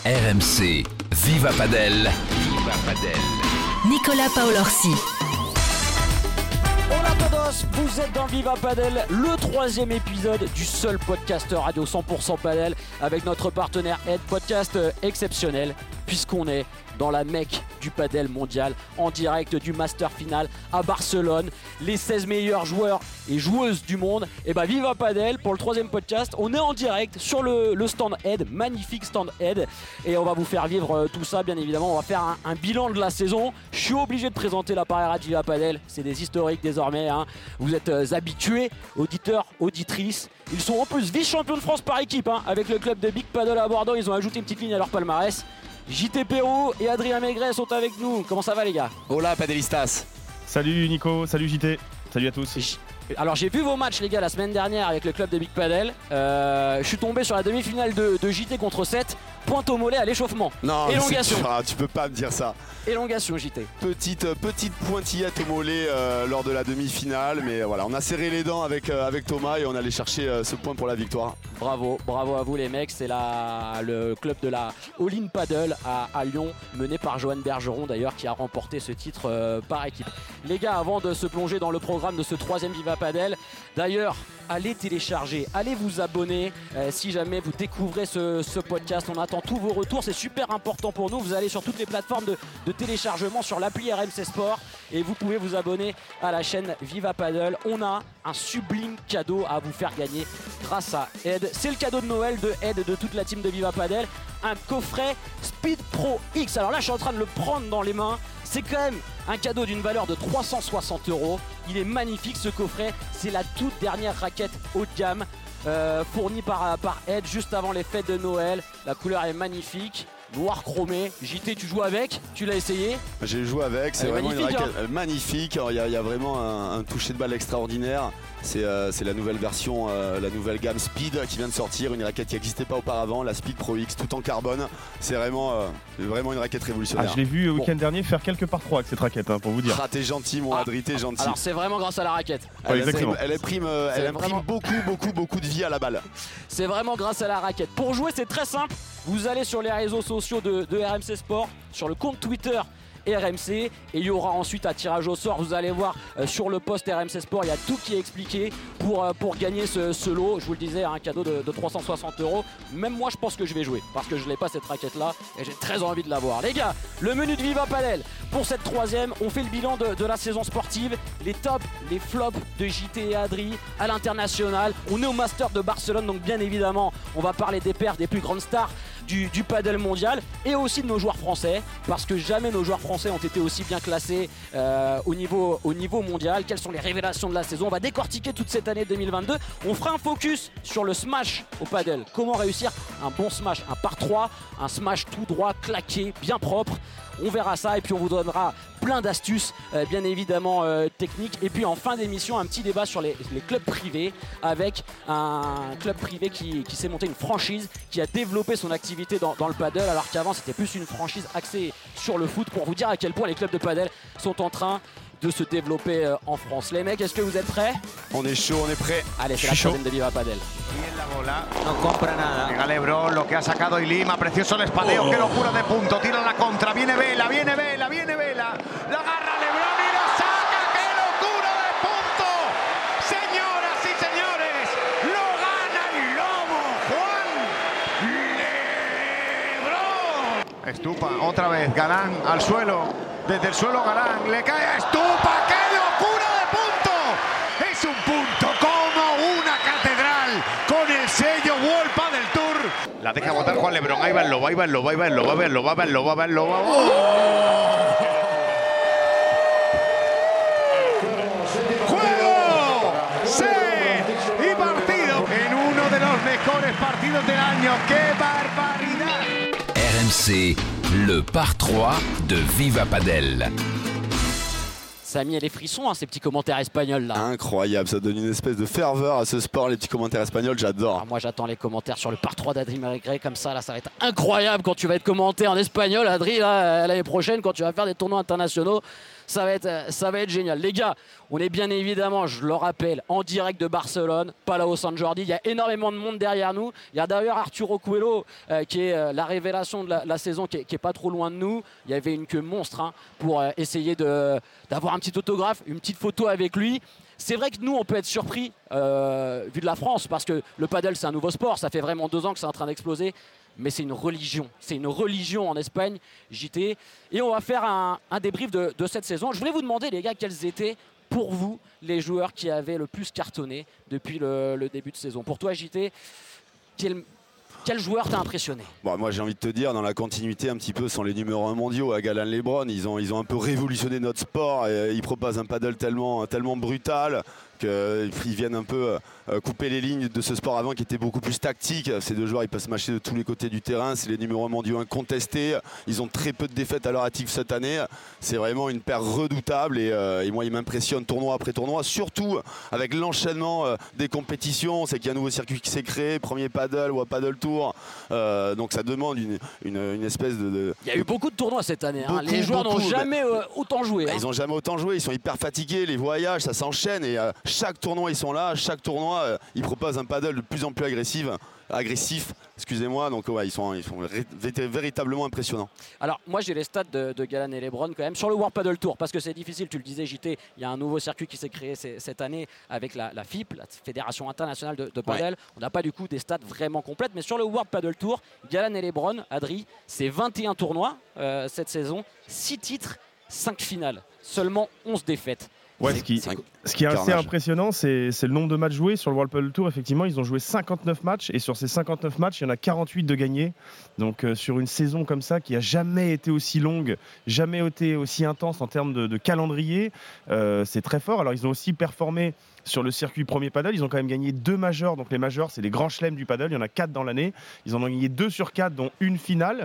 RMC, Viva Padel. Viva Padel. Nicolas Paolorsi. Hola todos, vous êtes dans Viva Padel, le 3e épisode du seul podcast radio 100% Padel avec notre partenaire Ed, podcast exceptionnel puisqu'on est dans la Mecque du padel mondial en direct du Master Final à Barcelone. Les 16 meilleurs joueurs et joueuses du monde. Et bah Viva Padel pour le 3e podcast. On est en direct sur le stand Ed, magnifique stand Ed. Et on va vous faire vivre tout ça bien évidemment. On va faire un bilan de la saison. Je suis obligé de présenter l'appareil radio Viva Padel. C'est des historiques désormais. Vous êtes habitués, auditeurs, auditrices. Ils sont en plus vice-champions de France par équipe avec le club de Big Paddle à Bordeaux. Ils ont ajouté une petite ligne à leur palmarès. JT Perrault et Adrien Maigret sont avec nous. Comment ça va les gars? Hola Padelistas. Salut Nico, salut JT, salut à tous. Alors j'ai vu vos matchs les gars la semaine dernière avec le club de Big Paddle. Je suis tombé sur la demi-finale de JT contre 7. Pointe au mollet à l'échauffement. Non, élongation. Tu peux pas me dire ça. Élongation JT. Petite pointillette au mollet lors de la demi-finale. Mais voilà, on a serré les dents avec Thomas et on allait chercher ce point pour la victoire. Bravo à vous les mecs. C'est le club de la All-in Paddle à Lyon, mené par Johan Bergeron d'ailleurs, qui a remporté ce titre par équipe. Les gars, avant de se plonger dans le programme de ce 3e Viva Padel, d'ailleurs, allez télécharger, allez vous abonner si jamais vous découvrez ce podcast. On attend tous vos retours, c'est super important pour nous. Vous allez sur toutes les plateformes de téléchargement, sur l'appli RMC Sport, et vous pouvez vous abonner à la chaîne Viva Padel. On a un sublime cadeau à vous faire gagner grâce à Ed. C'est le cadeau de Noël de Ed et de toute la team de Viva Padel, un coffret Speed Pro X. Alors là, je suis en train de le prendre dans les mains. C'est quand même un cadeau d'une valeur de 360 €. Il est magnifique ce coffret. C'est la toute dernière raquette haut de gamme fournie par Ed juste avant les fêtes de Noël. La couleur est magnifique. Noir chromé. JT, tu joues avec? Tu l'as essayé? J'ai joué avec, c'est vraiment une raquette magnifique. Il y a vraiment un toucher de balle extraordinaire. C'est la nouvelle version, la nouvelle gamme Speed qui vient de sortir. Une raquette qui n'existait pas auparavant, la Speed Pro X, tout en carbone. C'est vraiment une raquette révolutionnaire. Je l'ai vu le week-end dernier faire quelques par 3 avec cette raquette, pour vous dire. T'es gentil mon Adri, t'es gentil. Alors c'est vraiment grâce à la raquette. Elle imprime beaucoup de vie à la balle. C'est vraiment grâce à la raquette. Pour jouer, c'est très simple. Vous allez sur les réseaux sociaux de RMC Sport, sur le compte Twitter RMC, et il y aura ensuite un tirage au sort. Vous allez voir sur le post RMC Sport, il y a tout qui est expliqué pour gagner ce lot. Je vous le disais, un cadeau de 360 €. Même moi je pense que je vais jouer parce que je n'ai pas cette raquette là et j'ai très envie de l'avoir. Les gars, le menu de Viva Padel pour cette 3e, on fait le bilan de la saison sportive, les tops, les flops de JT et Adri à l'international. On est au Master de Barcelone, donc bien évidemment on va parler des perfs des plus grandes stars du paddle mondial et aussi de nos joueurs français, parce que jamais nos joueurs français ont été aussi bien classés au niveau mondial. Quelles sont les révélations de la saison? On va décortiquer toute cette année 2022. On fera un focus sur le smash au paddle. Comment réussir un bon smash, un par 3, un smash tout droit, claqué, bien propre. On verra ça et puis on vous donnera plein d'astuces bien évidemment techniques. Et puis en fin d'émission, un petit débat sur les clubs privés, avec un club privé qui s'est monté une franchise, qui a développé son activité dans le paddle, alors qu'avant c'était plus une franchise axée sur le foot, pour vous dire à quel point les clubs de paddle sont en train de se développer en France. Les mecs, est-ce que vous êtes prêts? On est chaud, on est prêt. Allez, c'est la 3e de Viva Padel. Bien la bola, no compra nada. Llega Lebron, lo que ha sacado y Lima, precioso el espadeo, qué locura de punto, tira la contra, viene Vela, la agarra Lebron y la saca, qué locura de punto. Señoras y señores, lo gana el Lobo, Juan Lebron. Estupa, otra vez, Galán al suelo, desde el suelo Galán, le cae a Estupa, qué locura de punto. Es un punto como una catedral con el sello World Padel Tour. La deja botar Juan Lebron, ahí va el Lobo, ahí va el Lobo, ahí va el Lobo, ahí va el Lobo, ahí va el Lobo, ahí va el Lobo. ¡Juego! ¡Set! Y partido en uno de los mejores partidos del año. ¡Qué barbaridad! RMC, le par 3 de Viva Padel. Ça a mis les frissons, ces petits commentaires espagnols là. Incroyable, ça donne une espèce de ferveur à ce sport, les petits commentaires espagnols, j'adore. Alors moi j'attends les commentaires sur le par 3 d'Adri Maigret comme ça, là ça va être incroyable quand tu vas être commenté en espagnol, Adri, là, l'année prochaine quand tu vas faire des tournois internationaux. Ça va être génial. Les gars, on est bien évidemment, je le rappelle, en direct de Barcelone, Palau Sant Jordi. Il y a énormément de monde derrière nous. Il y a d'ailleurs Arturo Coelho qui est la révélation de la saison, qui est pas trop loin de nous. Il y avait une queue monstre pour essayer d'avoir un petit autographe, une petite photo avec lui. C'est vrai que nous, on peut être surpris vu de la France, parce que le paddle, c'est un nouveau sport. Ça fait vraiment 2 ans que c'est en train d'exploser. Mais c'est une religion. C'est une religion en Espagne, JT. Et on va faire un débrief de cette saison. Je voulais vous demander, les gars, quels étaient pour vous les joueurs qui avaient le plus cartonné depuis le début de saison. Pour toi, JT, quel joueur t'a impressionné? Bon, moi j'ai envie de te dire, dans la continuité un petit peu, sont les numéros 1 mondiaux à Galan Lebron. Ils ont un peu révolutionné notre sport et ils proposent un paddle tellement brutal qu'ils viennent un peu couper les lignes de ce sport avant qui était beaucoup plus tactique. Ces 2 joueurs, ils peuvent se matcher de tous les côtés du terrain. C'est les numéros 1 mondiaux incontestés. Ils ont très peu de défaites à leur actif cette année. C'est vraiment une paire redoutable et moi, ils m'impressionnent tournoi après tournoi, surtout avec l'enchaînement des compétitions. C'est qu'il y a un nouveau circuit qui s'est créé, premier paddle ou paddle tour. Donc ça demande une espèce de... Il y a eu beaucoup de tournois cette année. Les joueurs n'ont jamais autant joué. Ils n'ont jamais autant joué. Ils sont hyper fatigués. Les voyages, ça s'enchaîne et chaque tournoi, ils sont là. Chaque tournoi, ils proposent un paddle de plus en plus agressif. Excusez-moi. Donc ouais, ils sont véritablement impressionnants. Alors moi, j'ai les stats de Galan et Lebron quand même sur le World Paddle Tour, parce que c'est difficile. Tu le disais, JT, il y a un nouveau circuit qui s'est créé cette année avec la FIP, la Fédération internationale de paddle. Ouais. On n'a pas du coup des stats vraiment complètes, mais sur le World Paddle Tour, Galan et Lebron, Adri, c'est 21 tournois cette saison, 6 titres, 5 finales, seulement 11 défaites. Ouais, ce qui est assez impressionnant, c'est le nombre de matchs joués sur le World Paddle Tour. Effectivement, ils ont joué 59 matchs et sur ces 59 matchs, il y en a 48 de gagnés. Donc sur une saison comme ça qui n'a jamais été aussi longue, jamais été aussi intense en termes de calendrier, c'est très fort. Alors ils ont aussi performé sur le circuit premier paddle. Ils ont quand même gagné 2 majors. Donc les majors, c'est les grands chelems du paddle. Il y en a 4 dans l'année. Ils en ont gagné 2 sur 4, dont une finale.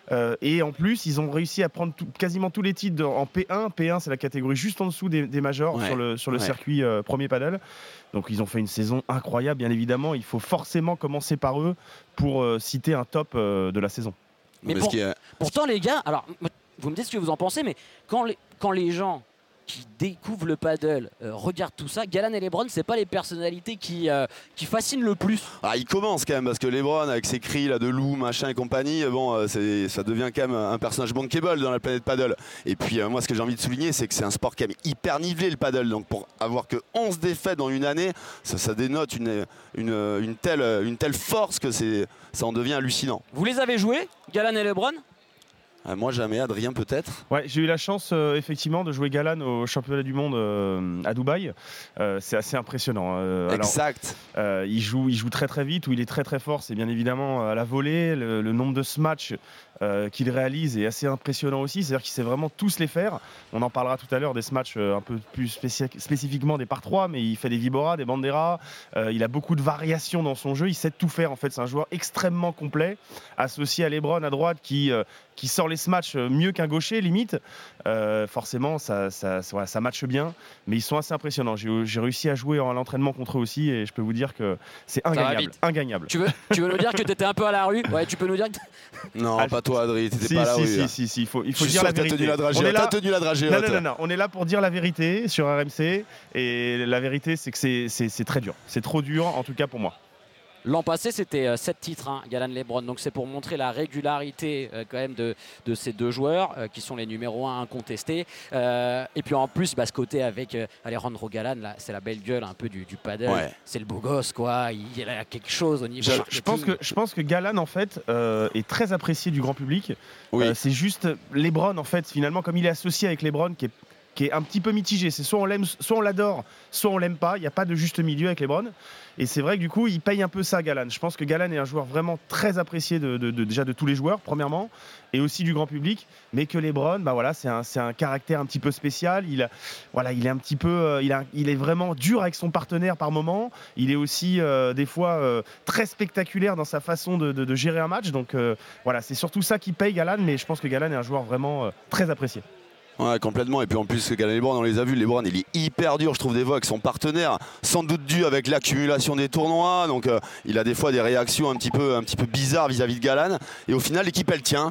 Et en plus, ils ont réussi à prendre quasiment tous les titres en P1. P1, c'est la catégorie juste en dessous des majors, ouais, sur le circuit premier paddle. Donc ils ont fait une saison incroyable, bien évidemment. Il faut forcément commencer par eux pour citer un top de la saison. Mais pourtant, les gars, alors vous me dites ce que vous en pensez, mais quand les gens qui découvrent le paddle, regardent tout ça, Galan et Lebron, c'est pas les personnalités qui fascinent le plus. Ah, il commence quand même, parce que Lebron avec ses cris là, de loup, machin et compagnie, bon, ça devient quand même un personnage bankable dans la planète paddle. Et puis moi, ce que j'ai envie de souligner, c'est que c'est un sport quand même hyper nivelé, le paddle. Donc pour avoir que 11 défaites dans une année, ça dénote une telle force que ça en devient hallucinant. Vous les avez joués, Galan et Lebron? Moi jamais, Adrien peut-être. Ouais, j'ai eu la chance effectivement de jouer Galan au championnat du monde à Dubaï. C'est assez impressionnant. Exact. Alors, il joue très très vite, où il est très très fort. C'est bien évidemment à la volée. Le nombre de smatchs qu'il réalise est assez impressionnant aussi. C'est-à-dire qu'il sait vraiment tous les faire. On en parlera tout à l'heure des smatchs un peu plus spécifiquement des par 3, mais il fait des vibora, des banderas. Il a beaucoup de variations dans son jeu. Il sait tout faire en fait. C'est un joueur extrêmement complet, associé à Lebron à droite qui sort les smatchs mieux qu'un gaucher limite. Forcément ça matche bien, mais ils sont assez impressionnants. J'ai réussi à jouer à l'entraînement contre eux aussi et je peux vous dire que c'est ingagnable. Tu veux nous dire que tu étais un peu à la rue? Ouais, tu peux nous dire que... Non, pas toi Adrien, t'étais pas à la rue. Si, il faut dire la vérité. T'as tenu la dragée. Non, on est là pour dire la vérité sur RMC et la vérité c'est que c'est très dur. C'est trop dur en tout cas pour moi. L'an passé, c'était 7 titres, Galan Lebron. Donc c'est pour montrer la régularité quand même de ces 2 joueurs qui sont les numéros 1 incontestés. Et puis en plus, ce côté avec Alejandro Galan, c'est la belle gueule un peu du paddle. Ouais. C'est le beau gosse, quoi. Il a quelque chose au niveau marketing. Je pense que Galan, en fait, est très apprécié du grand public. Oui. C'est juste Lebron, en fait, finalement, comme il est associé avec Lebron, qui est un petit peu mitigé. C'est soit on l'aime, soit on l'adore, soit on l'aime pas. Il n'y a pas de juste milieu avec Lebron. Et c'est vrai que du coup, il paye un peu ça, Galan. Je pense que Galan est un joueur vraiment très apprécié déjà de tous les joueurs, premièrement, et aussi du grand public. Mais que Lebron, c'est un caractère un petit peu spécial. Il est un petit peu, il est vraiment dur avec son partenaire par moment. Il est aussi des fois très spectaculaire dans sa façon de gérer un match. Donc c'est surtout ça qui paye Galan. Mais je pense que Galan est un joueur vraiment très apprécié. Ouais, complètement. Et puis en plus, Galan Lebron, on les a vus, Lebron il est hyper dur, je trouve, des fois avec son partenaire, sans doute dû avec l'accumulation des tournois. Donc il a des fois des réactions un petit peu bizarres vis-à-vis de Galan. Et au final, l'équipe elle tient.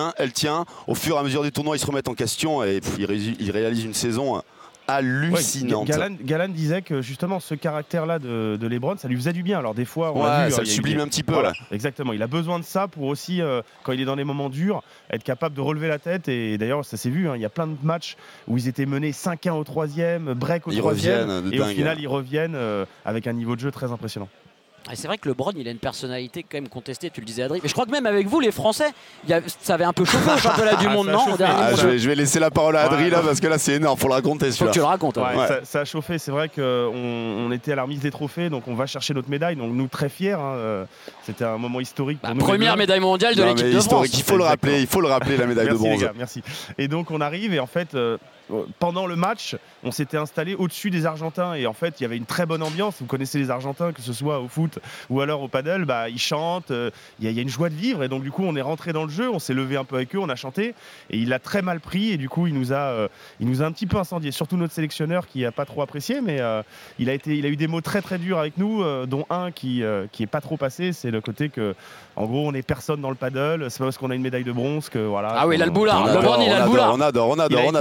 Au fur et à mesure du tournoi, ils se remettent en question et il réalise une saison hallucinante. Ouais, Galan disait que justement ce caractère-là de LeBron, ça lui faisait du bien. Alors des fois, ça le sublime un petit peu. Voilà, exactement. Il a besoin de ça pour aussi, quand il est dans des moments durs, être capable de relever la tête. Et d'ailleurs, ça s'est vu. Il y a plein de matchs où ils étaient menés 5-1 au 3e, break au 3e, et au final, ils reviennent avec un niveau de jeu très impressionnant. Et c'est vrai que LeBron, il a une personnalité quand même contestée, tu le disais, Adrien. Mais je crois que même avec vous, les Français, ça avait un peu chauffé au championnat du monde, non? Je vais laisser la parole à Adrien là, parce que là, c'est énorme, faut le raconter. Faut que tu le racontes. Ça a chauffé, c'est vrai qu'on était à la remise des trophées, donc on va chercher notre médaille. Donc nous, très fiers, c'était un moment historique. Pour nous, première médaille mondiale de l'équipe de France. Il faut le rappeler, la médaille de bronze. Les gars, merci. Et donc on arrive et en fait... pendant le match, on s'était installé au-dessus des Argentins et en fait, il y avait une très bonne ambiance. Vous connaissez les Argentins, que ce soit au foot ou alors au paddle, ils chantent, il y a une joie de vivre et donc du coup, on est rentré dans le jeu, on s'est levé un peu avec eux, on a chanté et il a très mal pris et du coup, il nous a un petit peu incendié. Surtout notre sélectionneur qui a pas trop apprécié, mais il a eu des mots très très durs avec nous, dont un qui est pas trop passé, c'est le côté que, en gros, on est personne dans le paddle. C'est pas parce qu'on a une médaille de bronze que voilà. Ah oui, il a le boulard. LeBron, il a le boulard. On adore.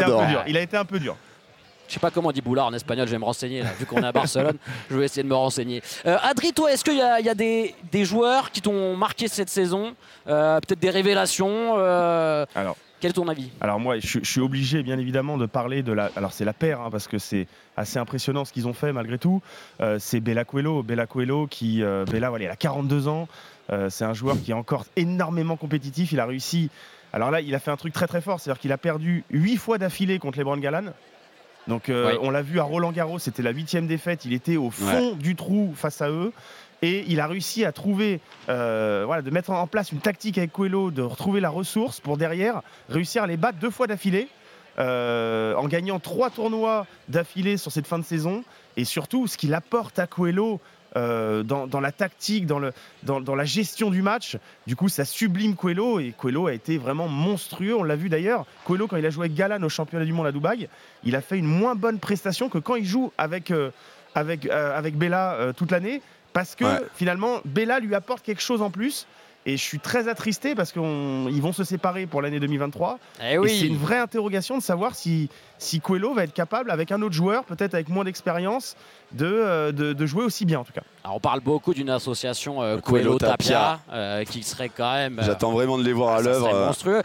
Il a été un peu dur. Je sais pas comment on dit boulard en espagnol, je vais me renseigner là, vu qu'on est à Barcelone, je vais essayer de me renseigner. Adri, toi, est-ce qu'il y a des joueurs qui t'ont marqué cette saison, peut-être des révélations Alors, quel est ton avis? Alors moi, je suis obligé bien évidemment de parler de la... Alors c'est la paire, parce que c'est assez impressionnant ce qu'ils ont fait malgré tout. C'est Bela Coelho qui... Bela, il a 42 ans. C'est un joueur qui est encore énormément compétitif. Il a réussi... Alors là, il a fait un truc très très fort, c'est-à-dire qu'il a perdu 8 fois d'affilée contre LeBron Galan. Donc on l'a vu à Roland-Garros, c'était la 8e défaite, il était au fond du trou face à eux et il a réussi à trouver, de mettre en place une tactique avec Coelho, de retrouver la ressource pour derrière réussir à les battre 2 fois d'affilée en gagnant 3 tournois d'affilée sur cette fin de saison et surtout ce qu'il apporte à Coelho dans la tactique, dans la gestion du match. Du coup, ça sublime Coelho et Coelho a été vraiment monstrueux. On l'a vu d'ailleurs. Coelho, quand il a joué avec Galan au championnat du monde à Dubaï, il a fait une moins bonne prestation que quand il joue avec Bela toute l'année parce que finalement, Bela lui apporte quelque chose en plus. Et je suis très attristé parce qu'ils vont se séparer pour l'année 2023. Et c'est une vraie interrogation de savoir si Coelho va être capable, avec un autre joueur, peut-être avec moins d'expérience, de jouer aussi bien en tout cas. Alors on parle beaucoup d'une association Coelho-Tapia qui serait quand même... J'attends vraiment de les voir à l'œuvre. Monstrueux.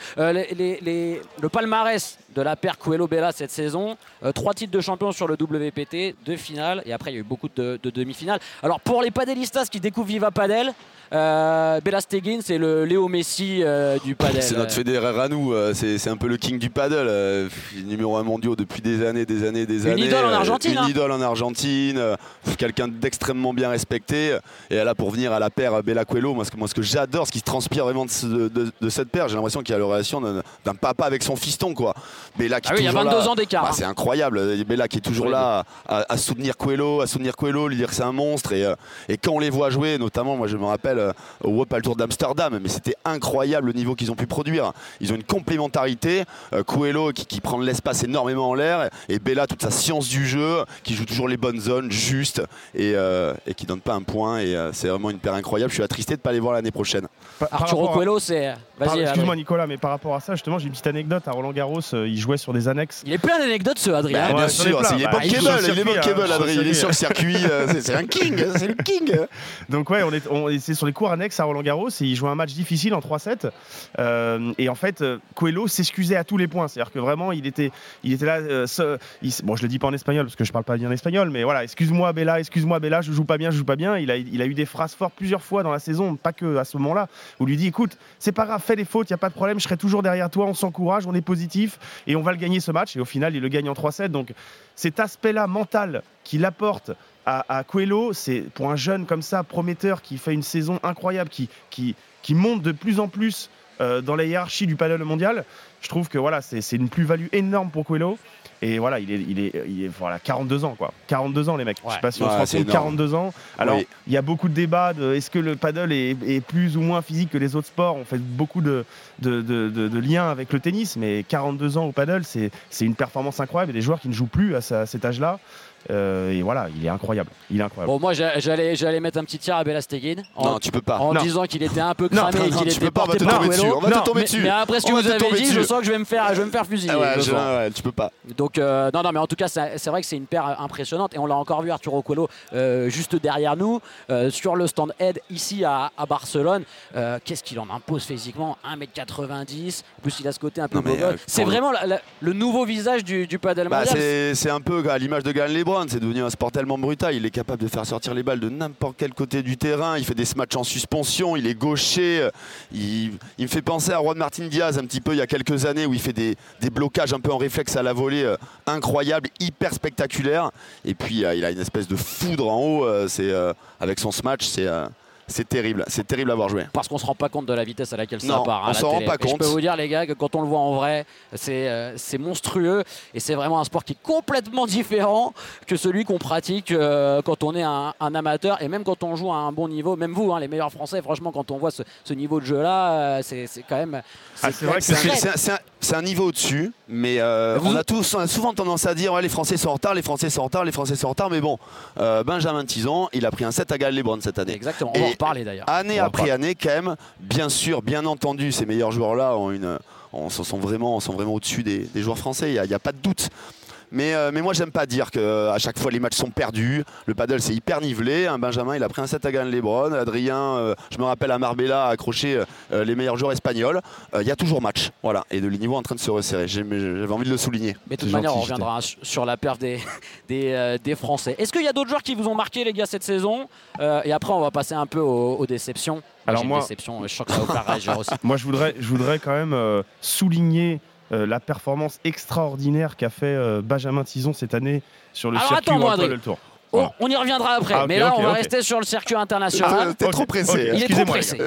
Le palmarès de la paire Coelho-Bela cette saison, 3 titres de champion sur le WPT, 2 finales et après il y a eu beaucoup de demi-finales. Alors pour les padelistas qui découvrent Viva Padel, Bela Stegin, c'est le Léo Messi du padel. C'est notre Federer à nous, c'est un peu le king du padel, numéro 1 mondial depuis des années. Une idole en Argentine. Une idole en Argentine, quelqu'un d'extrêmement bien respecté. Et là, pour venir à la paire Bela Coelho, moi ce que j'adore, ce qui transpire vraiment de cette paire, j'ai l'impression qu'il y a la relation d'un papa avec son fiston, quoi. Bela qui il y a 22 ans d'écart. C'est incroyable. Bela qui est toujours là à soutenir Coelho, lui dire que c'est un monstre. Et quand on les voit jouer, notamment, moi je me rappelle au World Padel Tour d'Amsterdam, mais c'était incroyable le niveau qu'ils ont pu produire. Ils ont une complémentarité. Coelho qui prend de l'espace énormément en l'air, et Bela toute sa science du jeu, qui joue toujours les bonnes zones, juste, et qui donne pas un point. Et c'est vraiment une paire incroyable. Je suis attristé de ne pas les voir l'année prochaine. Arturo Coelho, c'est... Excuse-moi Nicolas, mais par rapport à ça, justement, j'ai une petite anecdote. À Roland-Garros, il jouait sur des annexes. Il est plein d'anecdotes, ce Adrien. Bien sûr, il est Bob Cable, Adrien. Il est sur le circuit. C'est un king, c'est le king. Donc on était sur les cours annexes à Roland-Garros et il jouait un match difficile en 3-7. Et en fait, Coelho s'excusait à tous les points. C'est-à-dire que vraiment, il était là. Bon, je le dis pas en espagnol parce que je parle pas bien espagnol, mais voilà, excuse-moi Bela, je joue pas bien. Il a eu des phrases fortes plusieurs fois dans la saison, pas que à ce moment-là, où il lui dit écoute, c'est pas grave, fais des fautes, y a pas de problème, je serai toujours derrière toi, on s'encourage, on est positif et on va le gagner ce match. Et au final, il le gagne en 3-7. Donc cet aspect-là mental qu'il apporte à Coelho, c'est pour un jeune comme ça, prometteur, qui fait une saison incroyable, qui monte de plus en plus dans la hiérarchie du padel mondial. Je trouve que voilà, c'est une plus-value énorme pour Coelho. Et voilà, il est voilà, 42 ans, quoi. 42 ans, les mecs. Je sais pas si on se rend compte, 42 ans. Alors, il y a beaucoup de débats de est-ce que le paddle est plus ou moins physique que les autres sports. On fait beaucoup de liens avec le tennis, mais 42 ans au paddle, c'est une performance incroyable. Il y a des joueurs qui ne jouent plus à cet âge-là. Et voilà, il est incroyable. Bon, moi j'allais mettre un petit tir à Bela Stegin non, tu peux pas. En disant qu'il était un peu cramé et qu'il était porté par Coelho. On va te tomber dessus. Mais après ce que vous avez dit, je sens que je vais me faire fusiller. Tu peux pas. Donc non, mais en tout cas, c'est vrai que c'est une paire impressionnante et on l'a encore vu, Arturo Coelho juste derrière nous sur le stand head ici à Barcelone. Qu'est-ce qu'il en impose physiquement, 1m90. En plus, il a ce côté un peu mogol. C'est vraiment le nouveau visage du paddle mondial. C'est un peu à l'image de Gaël Lebrun. C'est devenu un sport tellement brutal. Il est capable de faire sortir les balles de n'importe quel côté du terrain. Il fait des matchs en suspension. Il est gaucher. Il me fait penser à Juan Martín Díaz un petit peu il y a quelques années où il fait des blocages un peu en réflexe à la volée incroyables, hyper spectaculaires. Et puis il a une espèce de foudre en haut. Avec son smash, c'est terrible à voir jouer. Parce qu'on se rend pas compte de la vitesse à laquelle ça part. On s'en rend pas compte. Je peux vous dire les gars que quand on le voit en vrai, c'est monstrueux et c'est vraiment un sport qui est complètement différent que celui qu'on pratique quand on est un amateur et même quand on joue à un bon niveau. Même vous, les meilleurs Français, franchement, quand on voit ce niveau de jeu là, c'est quand même. C'est un niveau au-dessus, mais on a souvent tendance à dire les Français sont en retard, les Français sont en retard. Mais bon, Benjamin Tison, il a pris un 7 à Gaël Lebrun cette année. Exactement. On va en reparler d'ailleurs. Année après année, quand même, bien sûr, bien entendu, ces meilleurs joueurs-là sont vraiment au-dessus des joueurs français. Il n'y a pas de doute. Mais moi, j'aime pas dire qu'à chaque fois les matchs sont perdus. Le paddle, c'est hyper nivelé. Benjamin, il a pris un 7 à Gaël Lebrun. Adrien, je me rappelle, à Marbella, a accroché les meilleurs joueurs espagnols. Il y a toujours match. Voilà. Et le niveau est en train de se resserrer. J'avais envie de le souligner. Mais de toute manière, on reviendra sur la perf des Français. Est-ce qu'il y a d'autres joueurs qui vous ont marqué, les gars, cette saison et après, on va passer un peu aux déceptions. Alors moi, déception, je sens que ça va vous faire réagir aussi. Moi, je voudrais quand même souligner la performance extraordinaire qu'a fait Benjamin Tison cette année sur le circuit World Padel Tour. Voilà. On y reviendra après, mais là on va rester sur le circuit international. T'es trop pressé. Il est trop pressé.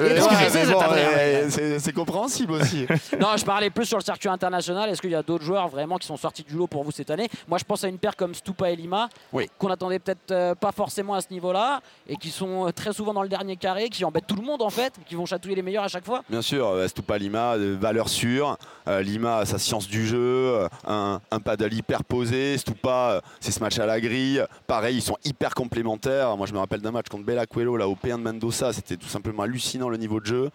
C'est compréhensible aussi. Non, je parlais plus sur le circuit international. Est-ce qu'il y a d'autres joueurs vraiment qui sont sortis du lot pour vous cette année? Moi, je pense à une paire comme Stupa et Lima, qu'on attendait peut-être pas forcément à ce niveau-là, et qui sont très souvent dans le dernier carré, qui embêtent tout le monde en fait, qui vont chatouiller les meilleurs à chaque fois. Bien sûr, Stupa Lima, valeur sûre. Lima, sa science du jeu, un paddle hyper posé. Stupa, c'est ce match à la grille. Pareil, ils sont hyper complémentaires. Moi, je me rappelle d'un match contre Bela Coelho là, au P1 de Mendoza. C'était tout simplement hallucinant le niveau de jeu.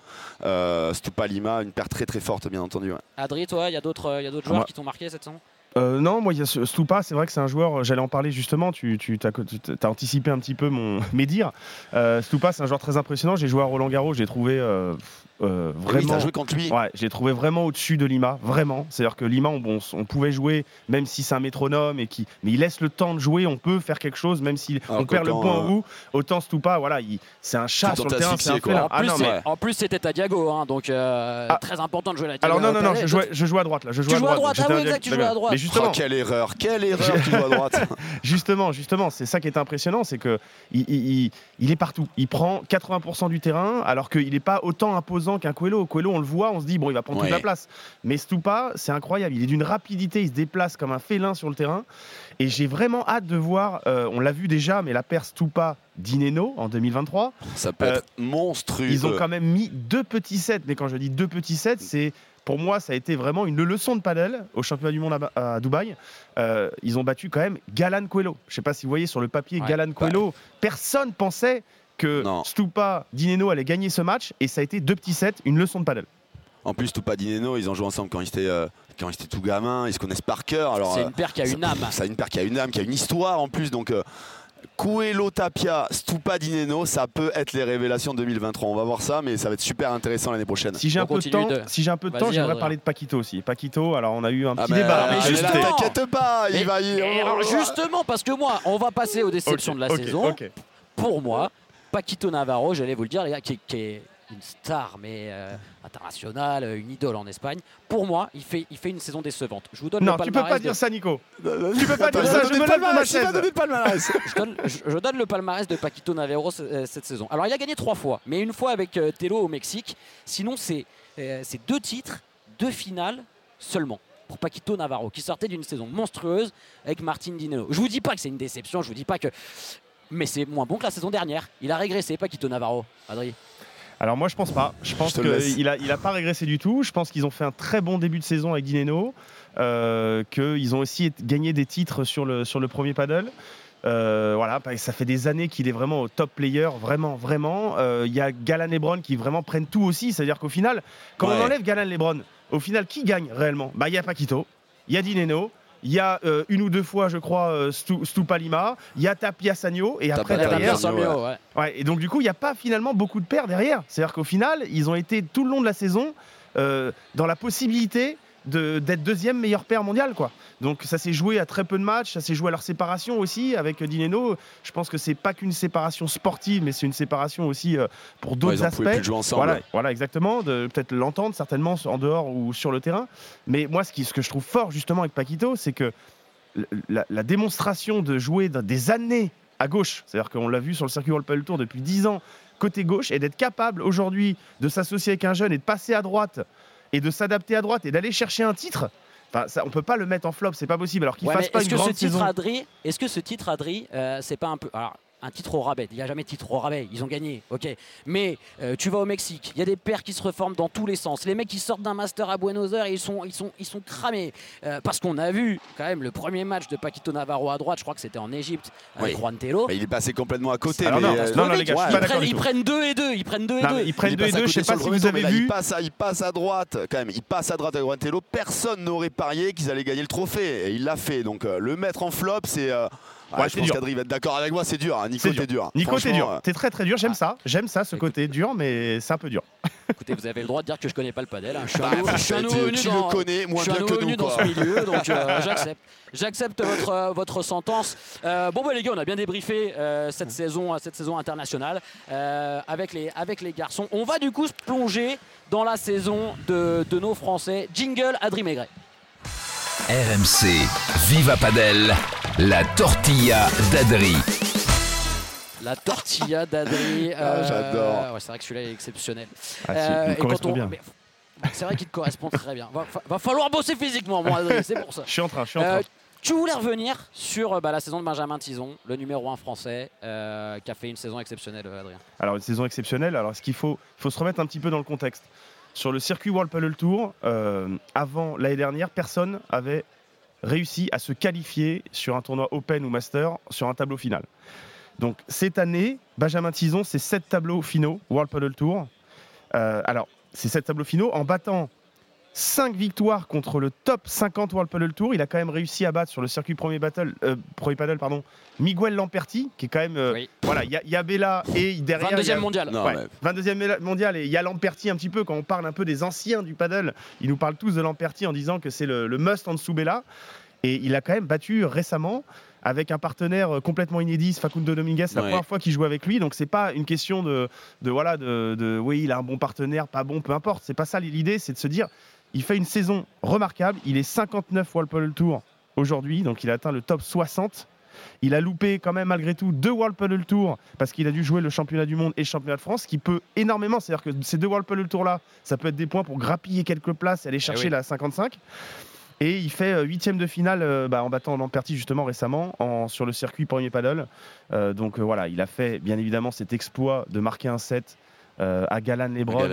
Stupa Lima, une paire très très forte, bien entendu. Ouais. Adri, toi, il y a d'autres joueurs qui t'ont marqué cette saison? Non, moi, Stupa, c'est vrai que c'est un joueur, j'allais en parler justement, tu as anticipé un petit peu mes dires. Stupa, c'est un joueur très impressionnant. J'ai joué à Roland Garros, j'ai trouvé vraiment. T'as joué contre lui. Ouais, j'ai trouvé vraiment au-dessus de Lima, vraiment. C'est-à-dire que Lima, on pouvait jouer, même si c'est un métronome, mais il laisse le temps de jouer, on peut faire quelque chose, même si on perd le point au bout. Autant Stupa, voilà, c'est un chat sur le terrain, c'est un félin. En plus, c'était à Diago, donc très important de jouer la Diago. Alors non, je joue à droite là. Tu joues à droite, tu joues à droite. Justement, quelle erreur tu joues à droite. Justement, c'est ça qui est impressionnant, c'est que il est partout. Il prend 80% du terrain, alors qu'il n'est pas autant imposant qu'un Coelho. Coelho, on le voit, on se dit bon, il va prendre toute la place. Mais Stupa, c'est incroyable. Il est d'une rapidité, il se déplace comme un félin sur le terrain. Et j'ai vraiment hâte de voir. On l'a vu déjà, mais la paire Stupa Dineno en 2023. Ça peut être monstrueux. Ils ont quand même mis 2 petits sets. Mais quand je dis 2 petits sets, c'est pour moi, ça a été vraiment une leçon de padel au championnat du monde à Dubaï. Ils ont battu quand même Galan Coelho. Je ne sais pas si vous voyez sur le papier Galan Coelho. Personne pensait que Stupa Dineno allait gagner ce match et ça a été 2 petits sets, une leçon de padel. En plus, Stupa Dineno, ils ont joué ensemble quand ils étaient tout gamins. Ils se connaissent par cœur. C'est une paire qui a une âme. C'est une paire qui a une âme, qui a une histoire en plus. Donc Coelho Tapia, Stupa Dineno, ça peut être les révélations 2023. On va voir ça, mais ça va être super intéressant l'année prochaine. Si j'ai un peu de temps, j'aimerais parler de Paquito aussi. Paquito, alors on a eu un petit débat. Mais t'inquiète pas, alors justement, parce que moi, on va passer aux déceptions de la saison. Pour moi, Paquito Navarro, j'allais vous le dire, les gars, qui est une star, mais internationale, une idole en Espagne. Pour moi, il fait une saison décevante. Je vous donne le palmarès. Non, tu peux pas dire ça, Nico. Tu peux pas dire ça. Je me lève de ma chaise. Je donne le palmarès de Paquito Navarro cette saison. Alors, il a gagné 3 fois, mais une fois avec Telo au Mexique. Sinon, c'est 2 titres, 2 finales seulement. pour Paquito Navarro qui sortait d'une saison monstrueuse avec Martin Dineno. Je vous dis pas que c'est une déception, je vous dis pas que... Mais c'est moins bon que la saison dernière. Il a régressé, Paquito Navarro. Adrien. Alors moi je pense pas. Je pense qu'il a pas régressé du tout. Je pense qu'ils ont fait un très bon début de saison avec Dineno, qu'ils ont aussi gagné des titres sur le premier paddle. Voilà, ça fait des années qu'il est vraiment au top player, vraiment. Il y a Galan Lebron qui vraiment prennent tout aussi. C'est-à-dire qu'au final, quand on enlève Galan Lebron, au final qui gagne réellement ? Il y a Paquito, il y a Dineno. Il y a une ou deux fois, je crois, Stupa Lima. Il y a Tapia Sagno. Et après, derrière. Et donc, du coup, il n'y a pas finalement beaucoup de paires derrière. C'est-à-dire qu'au final, ils ont été tout le long de la saison dans la possibilité d'être deuxième meilleure paire mondiale, quoi. Donc ça s'est joué à très peu de matchs, ça s'est joué à leur séparation aussi avec Dineno. Je pense que c'est pas qu'une séparation sportive, mais c'est une séparation aussi pour d'autres aspects. Ils pouvaient plus jouer ensemble. Voilà, exactement. Peut-être l'entendre certainement en dehors ou sur le terrain. Mais moi, ce que je trouve fort justement avec Paquito, c'est que la démonstration de jouer dans des années à gauche, c'est-à-dire qu'on l'a vu sur le circuit World Padel Tour depuis 10 ans côté gauche, et d'être capable aujourd'hui de s'associer avec un jeune et de passer à droite et de s'adapter à droite et d'aller chercher un titre. Enfin, ça, on peut pas le mettre en flop, c'est pas possible. Alors qu'il fasse pas une grande saison. Est-ce que ce titre, Adri, c'est pas un peu... Alors, un titre au rabais, il n'y a jamais de titre au rabais, ils ont gagné, ok. Mais tu vas au Mexique, il y a des paires qui se reforment dans tous les sens. Les mecs qui sortent d'un master à Buenos Aires, ils sont cramés. Parce qu'on a vu quand même le premier match de Paquito Navarro à droite, je crois que c'était en Égypte, avec Juan Telo. Il est passé complètement à côté. Alors non, les gars, ils prennent 2 et 2. Ils prennent 2 et 2. Ils prennent 2 et 2, je sais pas si vous avez vu. Il passe à droite, quand même. Il passe à droite avec Juan Telo. Personne n'aurait parié qu'ils allaient gagner le trophée. Et il l'a fait. Donc le mettre en flop, c'est. Je pense qu'Adri va être d'accord avec moi, c'est dur. Nico, t'es dur. Nico, t'es dur. T'es très très dur. J'aime ça, ce côté dur, mais c'est un peu dur. Écoutez, vous avez le droit de dire que je connais pas le padel. Je suis un tu le connais moins bien que nous. Dans ce milieu, donc j'accepte votre sentence. Bon, les gars, on a bien débriefé cette saison internationale avec les garçons. On va du coup se plonger dans la saison de nos Français. Jingle, Adri Maigret. RMC Viva Padel, la tortilla d'Adri. La tortilla d'Adri. J'adore. C'est vrai que celui-là est exceptionnel. Il correspond bien. C'est vrai qu'il te correspond très bien. Va falloir bosser physiquement, moi, Adri, c'est pour ça. Je suis en train. Tu voulais revenir sur la saison de Benjamin Tison, le numéro 1 français, qui a fait une saison exceptionnelle, Adrien. Alors, une saison exceptionnelle. Alors, il faut se remettre un petit peu dans le contexte. Sur le circuit World Padel Tour, avant l'année dernière, personne avait réussi à se qualifier sur un tournoi Open ou Master sur un tableau final. Donc cette année, Benjamin Tison, c'est 7 tableaux finaux World Padel Tour. Alors, c'est 7 tableaux finaux en battant 5 victoires contre le top 50 World Padel Tour. Il a quand même réussi à battre sur le circuit Premier Padel, Miguel Lamperti, qui est quand même... Voilà, il y a Bella et derrière... 22e mondial. 22e mondial, et il y a Lamperti un petit peu, quand on parle un peu des anciens du paddle, ils nous parlent tous de Lamperti en disant que c'est le must en dessous Bella. Et il a quand même battu récemment avec un partenaire complètement inédit, Facundo Dominguez, la première fois qu'il joue avec lui. Donc c'est pas une question de oui, il a un bon partenaire, pas bon, peu importe. C'est pas ça l'idée, c'est de se dire... Il fait une saison remarquable. Il est 59 World Padel Tour aujourd'hui, donc il a atteint le top 60. Il a loupé quand même malgré tout 2 World Padel Tour parce qu'il a dû jouer le championnat du monde et le championnat de France, ce qui peut énormément. C'est-à-dire que ces 2 World Padel Tour là, ça peut être des points pour grappiller quelques places et aller chercher la 55. Et il fait 8e de finale en battant Lamperti justement récemment sur le circuit Premier Padel. Donc voilà, il a fait bien évidemment cet exploit de marquer un set à Galan Lebron,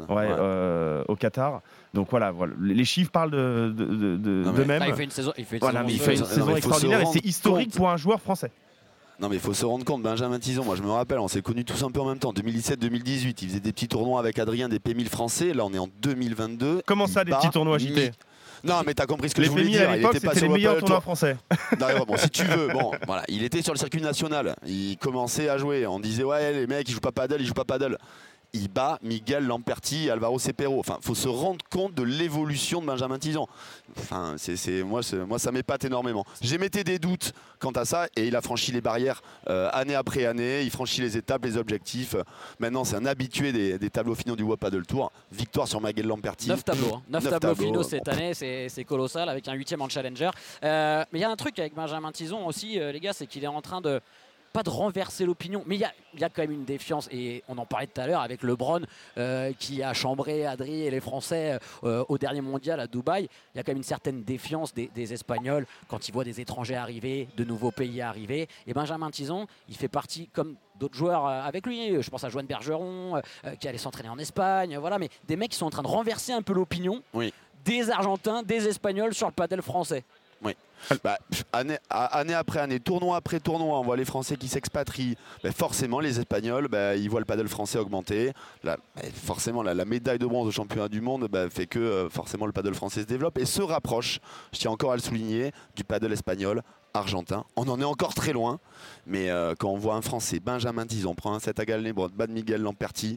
au Qatar. Donc voilà, les chiffres parlent d'eux-mêmes. Il fait une saison, extraordinaire et c'est historique pour un joueur français. Non mais il faut se rendre compte, Benjamin Tison, moi je me rappelle, on s'est connus tous un peu en même temps, 2017-2018, il faisait des petits tournois avec Adrien, des P1000 français, là on est en 2022. Comment ça, des petits tournois JT? Non mais t'as compris ce que je voulais dire. À l'époque, c'était les meilleurs tournois français. Bon, si tu veux, voilà, il était sur le circuit national, il commençait à jouer, on disait ouais les mecs ils jouent pas paddle, il bat Miguel Lamperti et Alvaro Cepero. Enfin, faut se rendre compte de l'évolution de Benjamin Tison. Enfin, moi, ça m'épate énormément. J'émettais des doutes quant à ça et il a franchi les barrières année après année. Il franchit les étapes, les objectifs. Maintenant, c'est un habitué des tableaux finaux du World Padel Tour. Victoire sur Miguel Lamperti. 9 tableaux. 9 tableaux finaux cette année, c'est colossal avec un 8e en Challenger. Mais il y a un truc avec Benjamin Tison aussi, les gars, c'est qu'il est en train de pas de renverser l'opinion, mais il y a quand même une défiance, et on en parlait tout à l'heure avec LeBron qui a chambré Adri et les Français au dernier mondial à Dubaï. Il y a quand même une certaine défiance des Espagnols quand ils voient des étrangers arriver, de nouveaux pays arriver. Et Benjamin Tison, il fait partie comme d'autres joueurs avec lui. Je pense à Joan Bergeron qui allait s'entraîner en Espagne. Voilà, mais des mecs qui sont en train de renverser un peu l'opinion des Argentins, des Espagnols sur le padel français. Oui. Année après année, tournoi après tournoi, on voit les Français qui s'expatrient. Forcément, les Espagnols, ils voient le paddle français augmenter. Forcément, la médaille de bronze au championnat du monde fait que forcément le paddle français se développe et se rapproche, je tiens encore à le souligner, du paddle espagnol, argentin. On en est encore très loin, mais quand on voit un Français, Benjamin Tison, prend un set à Galnebro, bat Miguel Lamperti,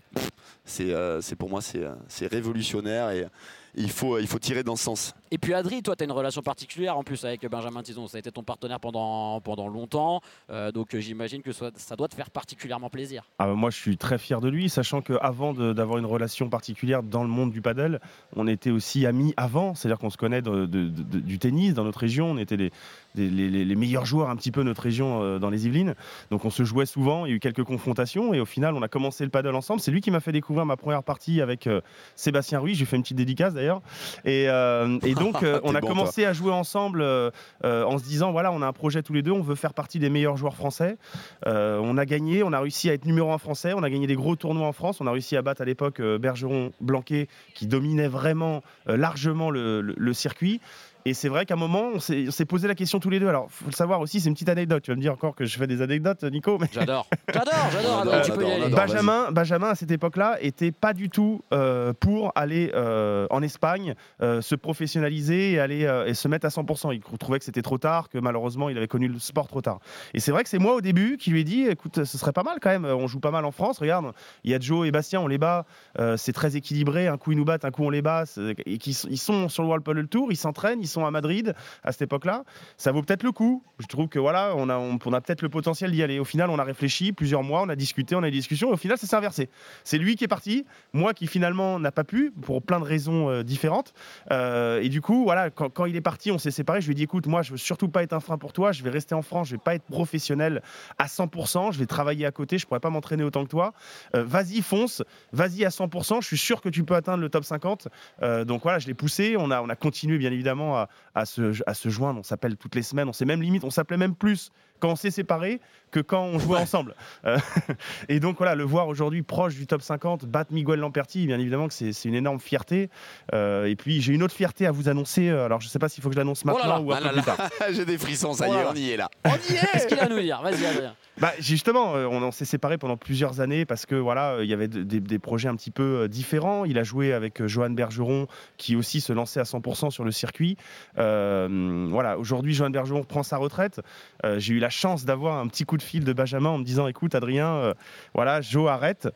c'est pour moi c'est révolutionnaire et il faut tirer dans ce sens. Et puis Adri, toi tu as une relation particulière en plus avec Benjamin Tison, ça a été ton partenaire pendant longtemps, donc j'imagine que ça doit te faire particulièrement plaisir. Moi je suis très fier de lui, sachant qu'avant d'avoir une relation particulière dans le monde du paddle, on était aussi amis avant, c'est-à-dire qu'on se connaît du tennis dans notre région, on était les meilleurs joueurs un petit peu de notre région dans les Yvelines, donc on se jouait souvent, il y a eu quelques confrontations et au final on a commencé le paddle ensemble. C'est lui qui m'a fait découvrir ma première partie avec Sébastien Ruiz, j'ai fait une petite dédicace d'ailleurs, et donc on a commencé à jouer ensemble en se disant voilà, on a un projet tous les deux, on veut faire partie des meilleurs joueurs français. On a gagné, on a réussi à être numéro 1 français, on a gagné des gros tournois en France, on a réussi à battre à l'époque Bergeron, Blanquet qui dominait vraiment largement le circuit. Et c'est vrai qu'à un moment, on s'est posé la question tous les deux. Alors, il faut le savoir aussi, c'est une petite anecdote. Tu vas me dire encore que je fais des anecdotes, Nico. Mais... J'adore. Tu peux y aller. Benjamin, à cette époque-là, était pas du tout pour aller en Espagne, se professionnaliser et aller et se mettre à 100%. Il trouvait que c'était trop tard, que malheureusement, il avait connu le sport trop tard. Et c'est vrai que c'est moi, au début, qui lui ai dit, écoute, ce serait pas mal quand même. On joue pas mal en France. Regarde, il y a Joe et Bastien, on les bat. C'est très équilibré. Un coup, ils nous battent, un coup, on les bat. Et ils sont sur le World Padel Tour, ils s'entraînent, ils sont à Madrid à cette époque-là, ça vaut peut-être le coup. Je trouve que voilà, on a peut-être le potentiel d'y aller. Au final, on a réfléchi plusieurs mois, on a discuté, on a eu des discussions et au final, ça s'est inversé. C'est lui qui est parti, moi qui finalement n'a pas pu pour plein de raisons différentes. Et du coup, voilà, quand il est parti, on s'est séparés. Je lui ai dit, écoute, moi, je veux surtout pas être un frein pour toi. Je vais rester en France, je vais pas être professionnel à 100%. Je vais travailler à côté, je pourrais pas m'entraîner autant que toi. Vas-y, fonce, vas-y à 100%. Je suis sûr que tu peux atteindre le top 50. Donc voilà, je l'ai poussé. On a continué bien évidemment à se joindre. On s'appelle toutes les semaines. On s'appelait même plus quand on s'est séparés que quand on jouait ensemble. Et donc voilà, le voir aujourd'hui proche du top 50, battre Miguel Lamperti, bien évidemment que c'est une énorme fierté. Et puis j'ai une autre fierté à vous annoncer. Alors je ne sais pas s'il faut que je l'annonce maintenant ou un peu plus tard. J'ai des frissons, ça y est, on y est là. On y est. Qu'est-ce qu'il a à nous dire? Vas-y, Adrien. Justement, on s'est séparés pendant plusieurs années parce que voilà, il y avait des projets un petit peu différents. Il a joué avec Joan Bergeron qui aussi se lançait à 100% sur le circuit. Voilà, aujourd'hui Joan Bergeron prend sa retraite. J'ai eu la chance d'avoir un petit coup de fil de Benjamin en me disant écoute Adrien, voilà, Joe arrête.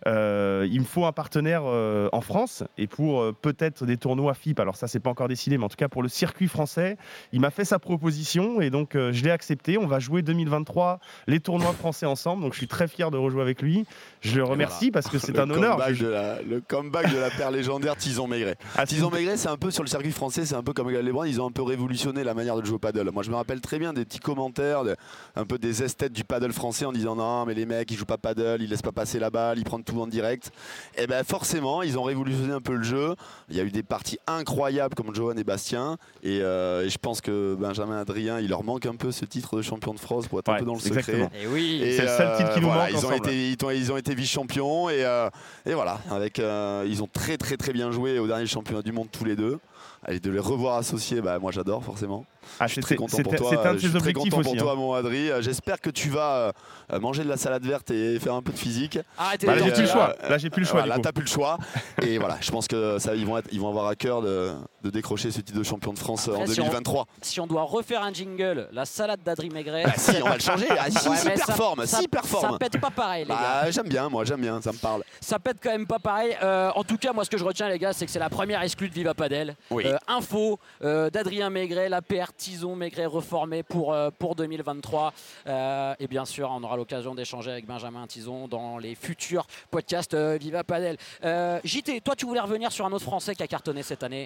Il me faut un partenaire en France et pour peut-être des tournois FIP, alors ça c'est pas encore décidé, mais en tout cas pour le circuit français, il m'a fait sa proposition et donc je l'ai accepté. On va jouer 2023 les tournois français ensemble, donc je suis très fier de rejouer avec lui. Je le remercie parce que c'est un honneur. Le comeback de la paire légendaire Tison-Maigret. Tison-Maigret, c'est un peu sur le circuit français, c'est un peu comme Galnebro, ils ont un peu révolutionné la manière de jouer au paddle. Moi je me rappelle très bien des petits commentaires, un peu des esthètes du paddle français en disant non mais les mecs ils jouent pas paddle, ils laissent pas passer la balle, ils prennent tout en direct. Et forcément ils ont révolutionné un peu le jeu. Il y a eu des parties incroyables comme Johan et Bastien et je pense que Benjamin Adrien il leur manque un peu ce titre de champion de France pour être un peu dans le secret. Et oui, c'est le seul titre qui nous manque. Ils ont été vice-champions et voilà, ils ont très très très bien joué au dernier championnat du monde tous les deux. Allez, de les revoir associés, moi j'adore forcément. Je suis très content pour toi. C'est un de ses objectifs aussi. Toi, mon Adri. J'espère que tu vas manger de la salade verte et faire un peu de physique. Arrêtez. Là, j'ai plus le choix. Là, j'ai plus le choix. Là, t'as plus le choix. Et voilà, je pense que ils vont avoir à cœur de décrocher ce titre de champion de France en 2023. Si on doit refaire un jingle, la salade d'Adri Maigret. Si, on va le changer. S'il performe. Ça pète pas pareil, les gars. J'aime bien, ça me parle. Ça pète quand même pas pareil. En tout cas, moi, ce que je retiens, les gars, c'est que c'est la première exclue de Viva Padel. Oui. Info d'Adrien Maigret, la paire Tison Maigret reformée pour 2023. Et bien sûr, on aura l'occasion d'échanger avec Benjamin Tison dans les futurs podcasts Viva Padel. JT, toi, tu voulais revenir sur un autre Français qui a cartonné cette année. Ouais. C'est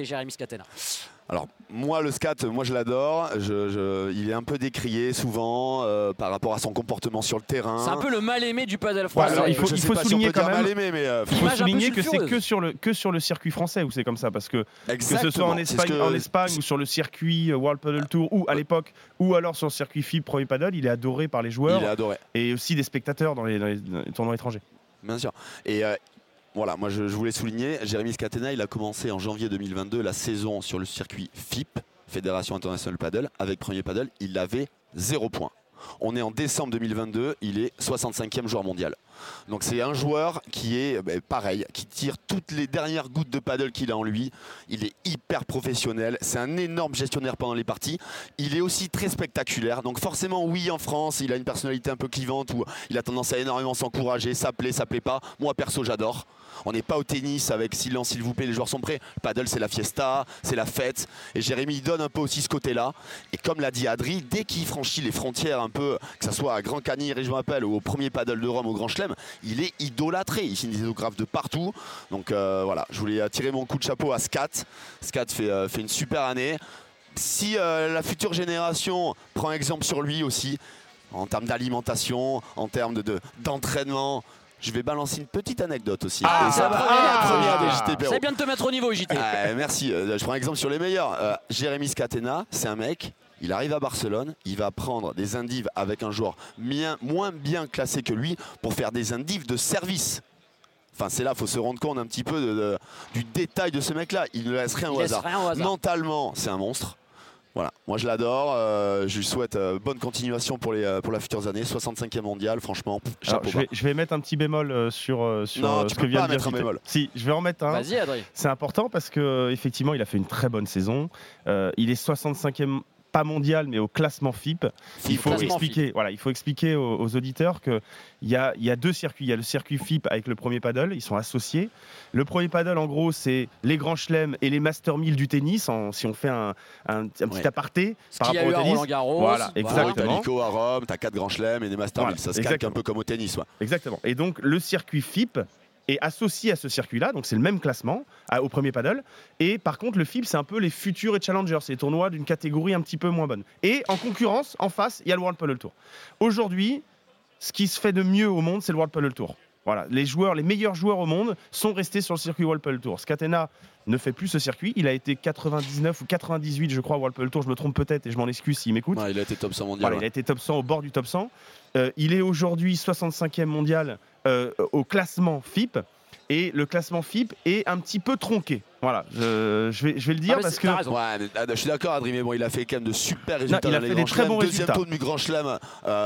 Jérémy Scatena? Alors moi le scat, moi je l'adore, il est un peu décrié souvent par rapport à son comportement sur le terrain. C'est un peu le mal-aimé du paddle français. Alors, il faut souligner quand même, il faut souligner que c'est que sur le circuit français où c'est comme ça, parce que ce soit en Espagne ou sur le circuit World Paddle Tour ou à l'époque ou alors sur le circuit FIB Premier Paddle, il est adoré par les joueurs et aussi des spectateurs dans les tournois étrangers. Bien sûr. Et voilà, moi je voulais souligner, Jérémy Scatena, il a commencé en janvier 2022 la saison sur le circuit FIP, Fédération Internationale Paddle, avec Premier Paddle, il avait 0 points. On est en décembre 2022, il est 65e joueur mondial. Donc c'est un joueur qui est pareil, qui tire toutes les dernières gouttes de paddle qu'il a en lui. Il est hyper professionnel, c'est un énorme gestionnaire pendant les parties. Il est aussi très spectaculaire. Donc forcément oui, en France, il a une personnalité un peu clivante où il a tendance à énormément s'encourager, ça plaît pas. Moi perso j'adore. On n'est pas au tennis avec silence s'il vous plaît, les joueurs sont prêts. Le paddle c'est la fiesta, c'est la fête. Et Jérémy il donne un peu aussi ce côté-là. Et comme l'a dit Adri, dès qu'il franchit les frontières un peu, que ce soit à Grand Cany, Région Appel ou au premier paddle de Rome au Grand Chelem, il est idolâtré. Il signe des autographes de partout. Donc voilà, je voulais tirer mon coup de chapeau à Scat. Scat fait une super année. Si la future génération prend exemple sur lui aussi, en termes d'alimentation, en termes d'entraînement, je vais balancer une petite anecdote aussi. C'est la première des JT Perrault. C'est bien de te mettre au niveau, JT. Merci, je prends exemple sur les meilleurs. Jérémy Scatena, c'est un mec, il arrive à Barcelone, il va prendre des indives avec un joueur moins bien classé que lui pour faire des indives de service. Enfin, c'est là, il faut se rendre compte un petit peu du détail de ce mec-là. Il ne laisse rien au hasard. Mentalement, c'est un monstre. Voilà, moi je l'adore, je lui souhaite bonne continuation pour les futures années, 65e mondial, franchement, chapeau bas. Je vais mettre un petit bémol sur non, ce que vient de dire. Un bémol. Si, je vais en mettre un. Vas-y Adrien. C'est important parce qu'effectivement il a fait une très bonne saison, il est 65e pas mondial mais au classement FIP. Il faut expliquer aux auditeurs qu'il y a deux circuits. Il y a le circuit FIP avec le Premier Paddle, ils sont associés. Le Premier Paddle en gros c'est les grands chelems et les Master 1000 du tennis, si on fait un petit aparté par rapport au tennis. Roland Garros, voilà, exactement. À Rome, tu as 4 grands chelems et des Master 1000, ça se calque un peu comme au tennis. Ouais. Exactement. Et donc le circuit FIP est associé à ce circuit-là, donc c'est le même classement au Premier Paddle. Et par contre, le FIB, c'est un peu les futurs et challengers, c'est les tournois d'une catégorie un petit peu moins bonne. Et en concurrence, en face, il y a le World Paddle Tour. Aujourd'hui, ce qui se fait de mieux au monde, c'est le World Paddle Tour. Voilà, les meilleurs joueurs au monde sont restés sur le circuit World Paddle Tour. Scatena ne fait plus ce circuit. Il a été 99 ou 98, je crois, au World Paddle Tour. Je me trompe peut-être et je m'en excuse s'il m'écoute. Il a été top 100 mondial. Il a été top 100 au bord du top 100. Il est aujourd'hui 65e mondial au classement FIP. Et le classement FIP est un petit peu tronqué. Voilà, je vais le dire parce que. Je suis d'accord, Adrien, mais bon, il a fait quand même de super résultats. Il a fait des très bons résultats. Deuxième tour du Grand Chelem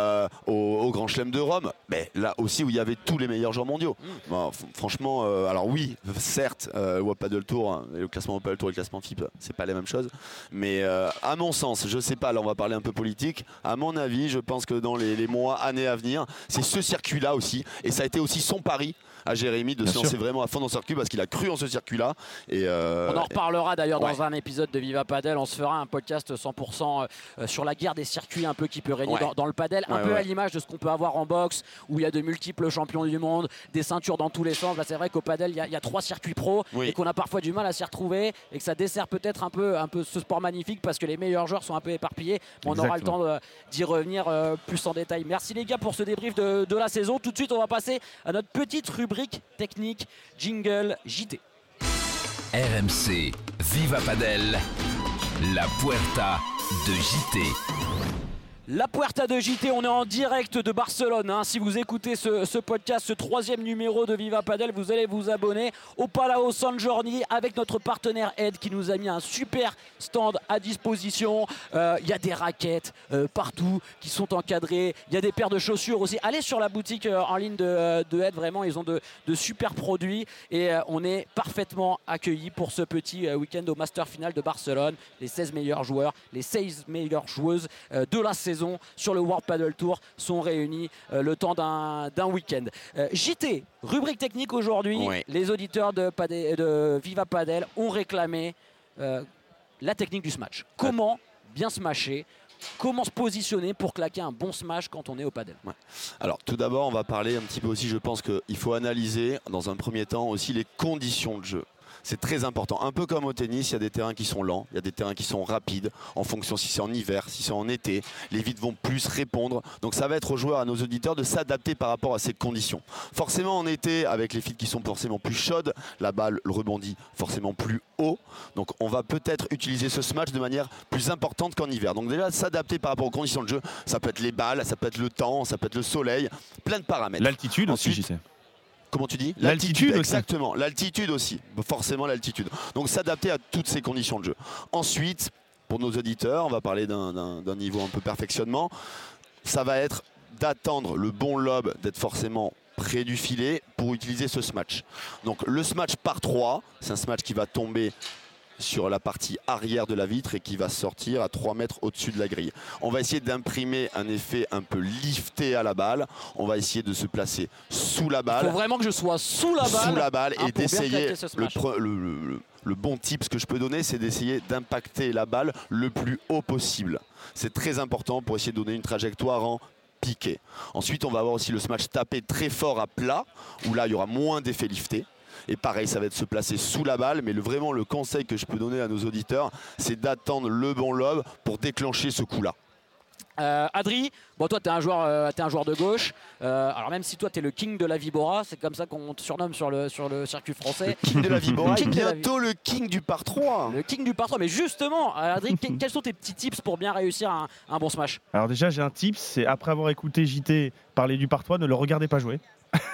au Grand Chelem de Rome. Mais là aussi où il y avait tous les meilleurs joueurs mondiaux. Bon, franchement, alors oui, certes, World Paddle Tour, le classement World Paddle Tour et le classement FIP, c'est pas les mêmes choses. Mais à mon sens, je sais pas, là on va parler un peu politique. À mon avis, je pense que dans les mois, années à venir, c'est ce circuit-là aussi. Et ça a été aussi son pari à Jérémy de se lancer vraiment à fond dans ce circuit parce qu'il a cru en ce circuit-là. On en reparlera d'ailleurs dans un épisode de Viva Paddle. On se fera un podcast 100% sur la guerre des circuits un peu qui peut régner dans le paddle, un peu à l'image de ce qu'on peut avoir en boxe où il y a de multiples champions du monde, des ceintures dans tous les sens. Là c'est vrai qu'au paddle il y a 3 circuits pro et qu'on a parfois du mal à s'y retrouver et que ça dessert peut-être un peu ce sport magnifique parce que les meilleurs joueurs sont un peu éparpillés. On aura le temps d'y revenir plus en détail. Merci les gars pour ce débrief de la saison. Tout de suite on va passer à notre petite rubrique technique jingle JT. RMC Viva Padel, la Puerta de JT. La Puerta de JT, on est en direct de Barcelone. Si vous écoutez ce podcast, ce 3e numéro de Viva Padel, vous allez vous abonner au Palau San Jordi avec notre partenaire Ed qui nous a mis un super stand à disposition. Il y a des raquettes partout qui sont encadrées. Il y a des paires de chaussures aussi. Allez sur la boutique en ligne de Ed, vraiment, ils ont de super produits et on est parfaitement accueillis pour ce petit week-end au Master Final de Barcelone. Les 16 meilleurs joueurs, les 16 meilleures joueuses de la saison sur le World Paddle Tour sont réunis le temps d'un week-end. JT, rubrique technique aujourd'hui. Les auditeurs de Viva Padel ont réclamé la technique du smash. Comment bien smasher, comment se positionner pour claquer un bon smash quand on est au paddle. Alors tout d'abord on va parler un petit peu aussi, je pense qu'il faut analyser dans un premier temps aussi les conditions de jeu. C'est très important. Un peu comme au tennis, il y a des terrains qui sont lents, il y a des terrains qui sont rapides, en fonction si c'est en hiver, si c'est en été. Les vitres vont plus répondre. Donc ça va être aux joueurs, à nos auditeurs, de s'adapter par rapport à ces conditions. Forcément en été, avec les vitres qui sont forcément plus chaudes, la balle rebondit forcément plus haut. Donc on va peut-être utiliser ce smash de manière plus importante qu'en hiver. Donc déjà, s'adapter par rapport aux conditions de jeu, ça peut être les balles, ça peut être le temps, ça peut être le soleil, plein de paramètres. L'altitude ensuite, aussi, j'y sais. Comment tu dis ? L'altitude exactement, l'altitude aussi, forcément l'altitude. Donc s'adapter à toutes ces conditions de jeu. Ensuite, pour nos auditeurs, on va parler d'un niveau un peu perfectionnement. Ça va être d'attendre le bon lob, d'être forcément près du filet pour utiliser ce smash. Donc le smash par 3, c'est un smash qui va tomber sur la partie arrière de la vitre et qui va sortir à 3 mètres au-dessus de la grille. On va essayer d'imprimer un effet un peu lifté à la balle. On va essayer de se placer sous la balle. Il faut vraiment que je sois sous la balle et d'essayer le bon tip, ce que je peux donner, c'est d'essayer d'impacter la balle le plus haut possible. C'est très important pour essayer de donner une trajectoire en piqué. Ensuite, on va avoir aussi le smash tapé très fort à plat, où là, il y aura moins d'effet lifté. Et pareil, ça va être se placer sous la balle. Mais vraiment, le conseil que je peux donner à nos auditeurs, c'est d'attendre le bon lob pour déclencher ce coup-là. Adri, bon, toi, tu es un joueur de gauche. Alors même si toi, tu es le king de la Vibora, c'est comme ça qu'on te surnomme sur le circuit français. Le king de la Vibora et bientôt le king du par 3. Le king du par 3. Mais justement, Adri, quels sont tes petits tips pour bien réussir un bon smash ? Alors déjà, j'ai un tip, c'est après avoir écouté JT parler du par 3, ne le regardez pas jouer.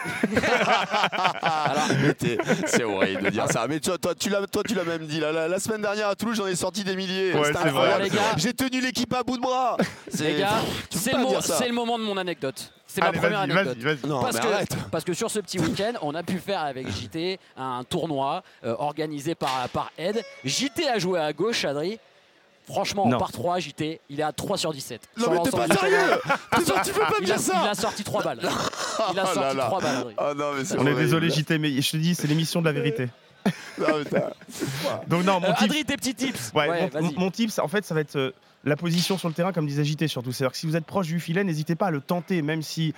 C'est horrible de dire ça, mais toi tu l'as même dit la semaine dernière à Toulouse, j'en ai sorti des milliers. Ouais, c'est vrai. Les gars, j'ai tenu l'équipe à bout de bras. Les gars, c'est le moment de mon anecdote. C'est ma première anecdote. Vas-y. Non, parce que sur ce petit week-end, on a pu faire avec JT un tournoi organisé par Ed. JT a joué à gauche, Adri. Franchement, en par 3, JT, il est à 3 sur 17. Non, mais t'es pas sérieux. Tu peux pas dire ça. Il a sorti 3 balles. Il a sorti 3 balles, Adri. Oh non, mais on est désolé, JT, mais je te dis, c'est l'émission de la vérité. Donc non, mon tip... Adri, tes petits tips. Mon tips, en fait, ça va être la position sur le terrain, comme disait JT surtout. C'est-à-dire que si vous êtes proche du filet, n'hésitez pas à le tenter, même si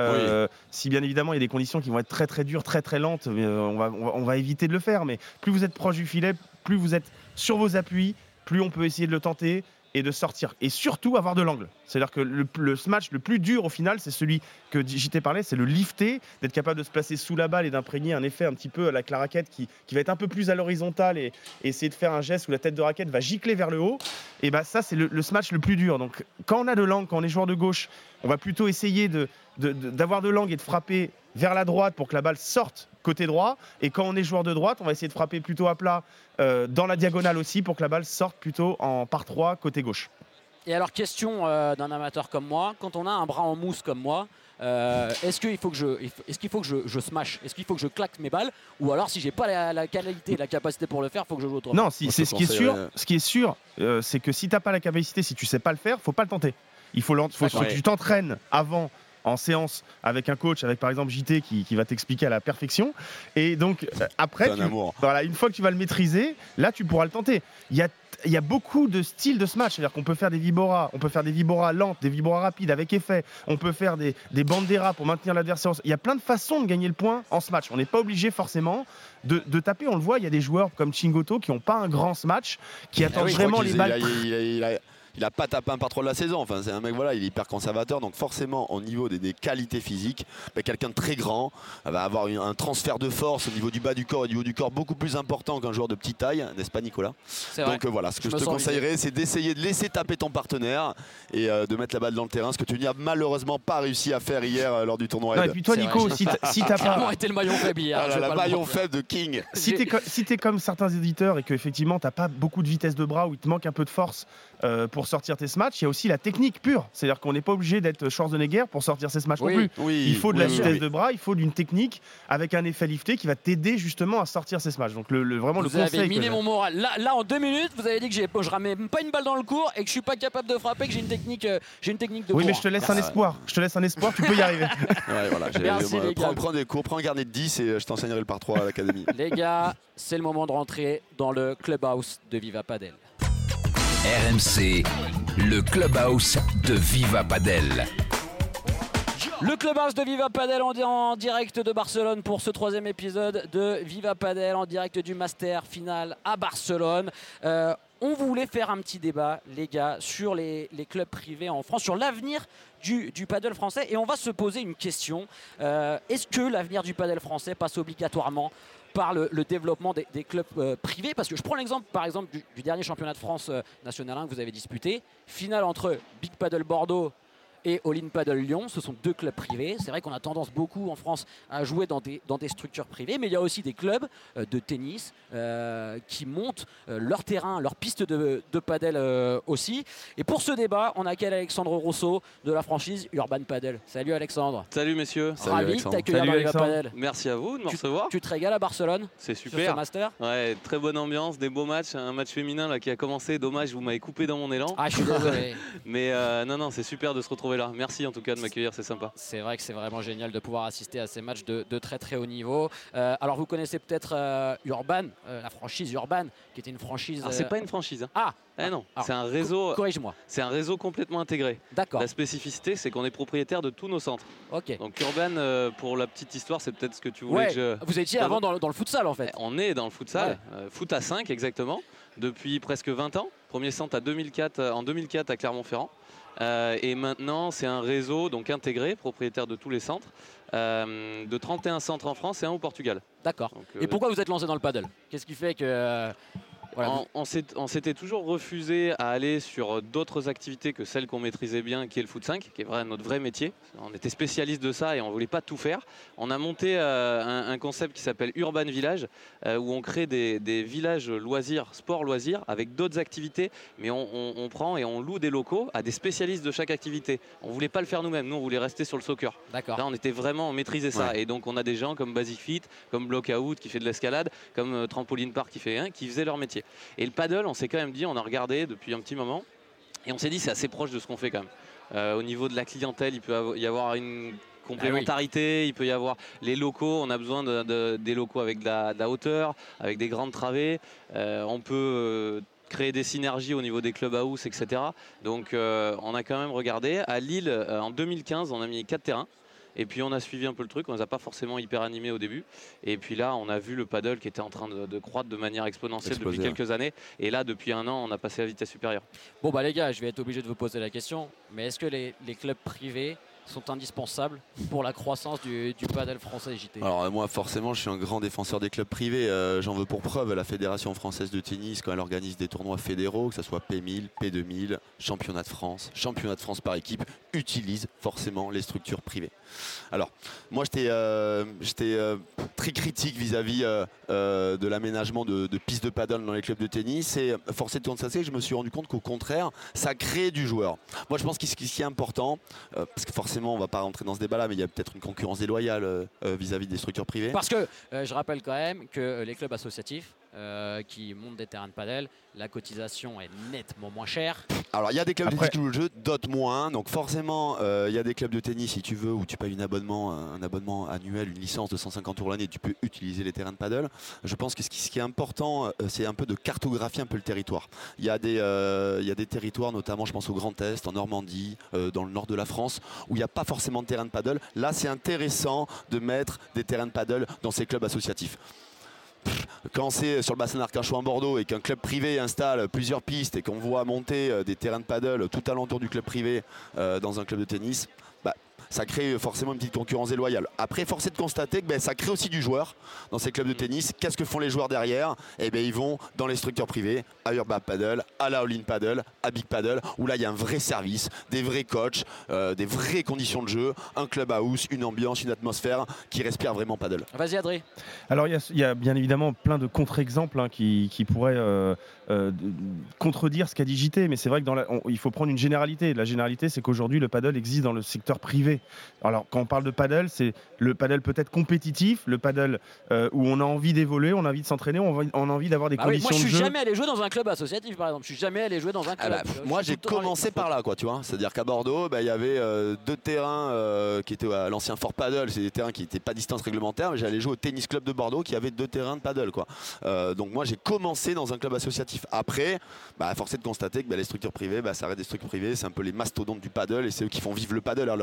bien évidemment il y a des conditions qui vont être très très dures, très très lentes. On va éviter de le faire, mais plus vous êtes proche du filet, plus vous êtes sur vos appuis, plus on peut essayer de le tenter et de sortir. Et surtout avoir de l'angle. C'est-à-dire que le smash le plus dur au final, c'est celui que JT parlait, c'est le lifter, d'être capable de se placer sous la balle et d'imprégner un effet un petit peu avec la raquette qui va être un peu plus à l'horizontale et essayer de faire un geste où la tête de raquette va gicler vers le haut. Et bah ça, c'est le smash le plus dur. Donc quand on a de l'angle, quand on est joueur de gauche, on va plutôt essayer d'avoir de l'angle et de frapper vers la droite pour que la balle sorte côté droit. Et quand on est joueur de droite, on va essayer de frapper plutôt à plat dans la diagonale aussi pour que la balle sorte plutôt en par 3 côté gauche. Et alors, question d'un amateur comme moi, quand on a un bras en mousse comme moi, est-ce qu'il faut que je smash ? Est-ce qu'il faut que je claque mes balles ? Ou alors, si j'ai pas la qualité et la capacité pour le faire, il faut que je joue autrement ? Non, c'est ce qui est sûr, c'est que si tu n'as pas la capacité, si tu sais pas le faire, faut pas le tenter. Il faut que tu t'entraînes avant en séance avec un coach, avec par exemple JT qui va t'expliquer à la perfection. Et donc après, une fois que tu vas le maîtriser, là tu pourras le tenter. Il y a beaucoup de styles de smash, c'est-à-dire qu'on peut faire des viboras, lentes, des viboras rapides avec effet, on peut faire des banderas pour maintenir l'adversaire. Il y a plein de façons de gagner le point en smash. On n'est pas obligé forcément de taper. On le voit, il y a des joueurs comme Chingoto qui n'ont pas un grand smash, qui attendent vraiment les balles. Il n'a pas tapé un par 3 de la saison. Enfin, c'est un mec, il est hyper conservateur. Donc forcément, au niveau des qualités physiques, quelqu'un de très grand va avoir un transfert de force au niveau du bas du corps et du haut du corps beaucoup plus important qu'un joueur de petite taille, n'est-ce pas, Nicolas ? Donc voilà, ce que je te conseillerais, c'est d'essayer de laisser taper ton partenaire et de mettre la balle dans le terrain, ce que tu n'as malheureusement pas réussi à faire hier lors du tournoi. Non, et puis toi, Nico, si t'as pas été le maillon faible hier, le maillon faible de King. Si t'es comme certains éditeurs et qu'effectivement t'as pas beaucoup de vitesse de bras ou il te manque un peu de force pour sortir tes smatchs, il y a aussi la technique pure. C'est-à-dire qu'on n'est pas obligé d'être Schwarzenegger pour sortir ses smatchs non plus. Il faut de la vitesse de bras, il faut d'une technique avec un effet lifté qui va t'aider justement à sortir ses smatchs. Donc vraiment le conseil. Vous avez miné mon moral. Là, en 2 minutes, vous avez dit que je ramène pas une balle dans le court et que je suis pas capable de frapper, que j'ai une technique de Oui, mais je te laisse un espoir. Tu peux y arriver. Merci, les gars. Prends des cours, prends un carnet de 10 et je t'enseignerai le par 3 à l'académie. Les gars, c'est le moment de rentrer dans le clubhouse de Viva Padel. RMC, le clubhouse de Viva Padel. Le clubhouse de Viva Padel en direct de Barcelone pour ce 3e épisode de Viva Padel en direct du Master final à Barcelone. On voulait faire un petit débat, les gars, sur les clubs privés en France, sur l'avenir du paddle français. Et on va se poser une question. Est-ce que l'avenir du paddle français passe obligatoirement par le développement des clubs privés? Parce que je prends l'exemple, par exemple, du dernier championnat de France national 1 que vous avez disputé. Finale entre Big Paddle Bordeaux et All In Paddle Lyon, ce sont 2 clubs privés. C'est vrai qu'on a tendance beaucoup en France à jouer dans des structures privées, mais il y a aussi des clubs de tennis qui montent leur terrain, leur piste de paddle aussi. Et pour ce débat, on accueille Alexandre Rousseau de la franchise Urban Paddle. Salut Alexandre. Salut messieurs. Ravi de t'accueillir dans Viva Padel. Merci à vous de me recevoir. Tu te régales à Barcelone? C'est super. Sur ce master. Ouais, très bonne ambiance, des beaux matchs. Un match féminin là, qui a commencé. Dommage, vous m'avez coupé dans mon élan. Ah, je suis désolé. Mais non, c'est super de se retrouver là. Merci en tout cas de m'accueillir, c'est sympa. C'est vrai que c'est vraiment génial de pouvoir assister à ces matchs de très très haut niveau. Alors vous connaissez peut-être Urban, la franchise Urban, qui était une franchise... Alors c'est pas une franchise. Hein. Ah non, c'est un réseau... Corrige-moi. C'est un réseau complètement intégré. D'accord. La spécificité, c'est qu'on est propriétaire de tous nos centres. Ok. Donc Urban, pour la petite histoire, c'est peut-être ce que tu voulais que je... Vous étiez avant dans le futsal en fait. On est dans le futsal, foot à 5 exactement, depuis presque 20 ans. Premier centre en 2004 à Clermont-Ferrand. Et maintenant, c'est un réseau donc intégré, propriétaire de tous les centres, de 31 centres en France et 1 au Portugal. D'accord. Et pourquoi vous êtes lancé dans le paddle? Qu'est-ce qui fait que... Voilà. On s'était toujours refusé à aller sur d'autres activités que celles qu'on maîtrisait bien, qui est le foot 5, qui est notre vrai métier. On était spécialiste de ça et on ne voulait pas tout faire. On a monté un concept qui s'appelle Urban Village, où on crée des villages loisirs, sport loisirs, avec d'autres activités, mais on prend et on loue des locaux à des spécialistes de chaque activité. On ne voulait pas le faire nous-mêmes, nous on voulait rester sur le soccer. D'accord. Là on était vraiment, on maîtrisait ça. Ouais. Et donc on a des gens comme Basic Fit, comme Blockout qui fait de l'escalade, comme Trampoline Park qui faisaient leur métier. Et le paddle, on s'est quand même dit, on a regardé depuis un petit moment, et on s'est dit c'est assez proche de ce qu'on fait quand même. Au niveau de la clientèle, il peut y avoir une complémentarité, il peut y avoir les locaux, on a besoin des locaux avec de la hauteur, avec des grandes travées, on peut créer des synergies au niveau des clubhouse, etc. Donc on a quand même regardé. À Lille, en 2015, on a mis 4 terrains. Et puis on a suivi un peu le truc, on ne les a pas forcément hyper animés au début. Et puis là, on a vu le paddle qui était en train de croître de manière exponentielle depuis quelques années. Et là, depuis 1 an, on a passé à la vitesse supérieure. Bon bah les gars, je vais être obligé de vous poser la question. Mais est-ce que les clubs privés sont indispensables pour la croissance du paddle français JT? Alors moi forcément je suis un grand défenseur des clubs privés, j'en veux pour preuve la Fédération française de tennis quand elle organise des tournois fédéraux, que ce soit P1000, P2000, championnat de France par équipe, utilise forcément les structures privées. Alors moi j'étais très critique vis-à-vis de l'aménagement de pistes de paddle dans les clubs de tennis et forcé de constater que je me suis rendu compte qu'au contraire ça crée du joueur. Moi je pense que ce qui est important, parce que forcément on ne va pas rentrer dans ce débat là, mais il y a peut-être une concurrence déloyale vis-à-vis des structures privées. Parce que je rappelle quand même que les clubs associatifs qui montent des terrains de paddle, la cotisation est nettement moins chère. Alors il y a des clubs de tennis qui jouent le jeu, d'autres moins. Donc forcément il y a des clubs de tennis si tu veux où tu payes un abonnement annuel, une licence de 150 € l'année, tu peux utiliser les terrains de paddle. Je pense que ce qui est important, c'est un peu de cartographier un peu le territoire. Il y a des territoires, notamment je pense au Grand Est, en Normandie, dans le nord de la France, où il n'y a pas forcément de terrain de paddle. Là c'est intéressant de mettre des terrains de paddle dans ces clubs associatifs. Quand c'est sur le bassin d'Arcachon à Bordeaux et qu'un club privé installe plusieurs pistes et qu'on voit monter des terrains de paddle tout alentour du club privé dans un club de tennis, ça crée forcément une petite concurrence déloyale. Après, force est de constater que ça crée aussi du joueur dans ces clubs de tennis. Qu'est-ce que font les joueurs derrière? Ils vont dans les structures privées, à Urban Paddle, à la All In Paddle, à Big Paddle, où là il y a un vrai service, des vrais coachs, des vraies conditions de jeu, un clubhouse, une ambiance, une atmosphère qui respire vraiment paddle. Vas-y Adrien. Alors il y a bien évidemment plein de contre-exemples qui pourraient contredire ce qu'a dit JT, mais c'est vrai que il faut prendre une généralité. La généralité, c'est qu'aujourd'hui le paddle existe dans le secteur privé. Alors quand on parle de paddle, c'est le paddle peut-être compétitif, le paddle où on a envie d'évoluer, on a envie de s'entraîner, on a envie d'avoir des conditions de jeu. Moi je suis jamais allé jouer dans un club associatif par exemple, je suis jamais allé jouer dans un club. Moi j'ai commencé par là tu vois, c'est-à-dire qu'à Bordeaux il y avait 2 terrains qui étaient à l'ancien Fort Paddle, c'est des terrains qui n'étaient pas distance réglementaire, mais j'allais jouer au tennis club de Bordeaux qui avait 2 terrains de paddle donc moi j'ai commencé dans un club associatif. Après, force est de constater que les structures privées, ça reste des structures privées, c'est un peu les mastodontes du paddle et c'est eux qui font vivre le paddle à l'heure actuelle.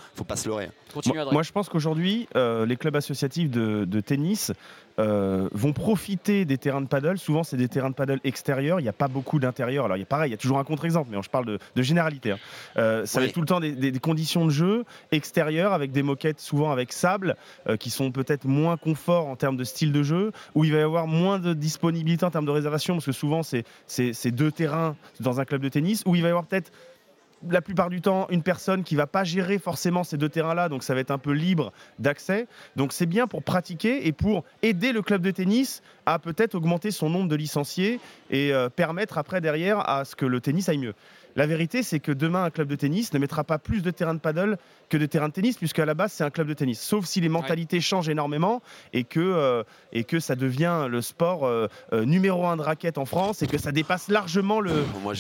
faut pas se leurrer. Moi, je pense qu'aujourd'hui, les clubs associatifs de tennis vont profiter des terrains de paddle. Souvent, c'est des terrains de paddle extérieurs. Il n'y a pas beaucoup d'intérieur. Alors, il y a toujours un contre-exemple, mais je parle de généralité. Ça va être tout le temps des conditions de jeu extérieures avec des moquettes, souvent avec sable, qui sont peut-être moins confort en termes de style de jeu, où il va y avoir moins de disponibilité en termes de réservation, parce que souvent, c'est 2 terrains dans un club de tennis, où il va y avoir peut-être la plupart du temps une personne qui va pas gérer forcément ces 2 terrains-là, donc ça va être un peu libre d'accès. Donc c'est bien pour pratiquer et pour aider le club de tennis à peut-être augmenter son nombre de licenciés et permettre après derrière à ce que le tennis aille mieux. La vérité, c'est que demain, un club de tennis ne mettra pas plus de terrains de paddle que de terrains de tennis, puisqu'à la base, c'est un club de tennis. Sauf si les mentalités changent énormément et que ça devient le sport numéro 1 de raquette en France et que ça dépasse largement le... Moi,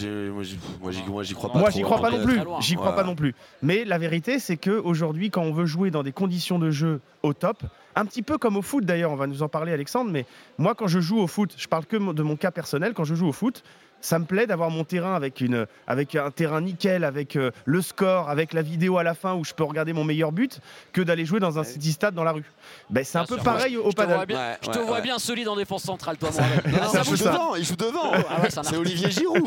j'y crois pas. Moi, j'y crois pas non plus. J'y crois pas non plus. Mais la vérité, c'est qu'aujourd'hui, quand on veut jouer dans des conditions de jeu au top, un petit peu comme au foot d'ailleurs, on va nous en parler Alexandre, mais moi, quand je joue au foot, je parle que de mon cas personnel, quand je joue au foot, ça me plaît d'avoir mon terrain avec un terrain nickel, avec le score, avec la vidéo à la fin où je peux regarder mon meilleur but, que d'aller jouer dans un city stade dans la rue. C'est un peu pareil au paddle. Je te vois bien solide en défense centrale, toi. Il joue devant. C'est Olivier Giroud.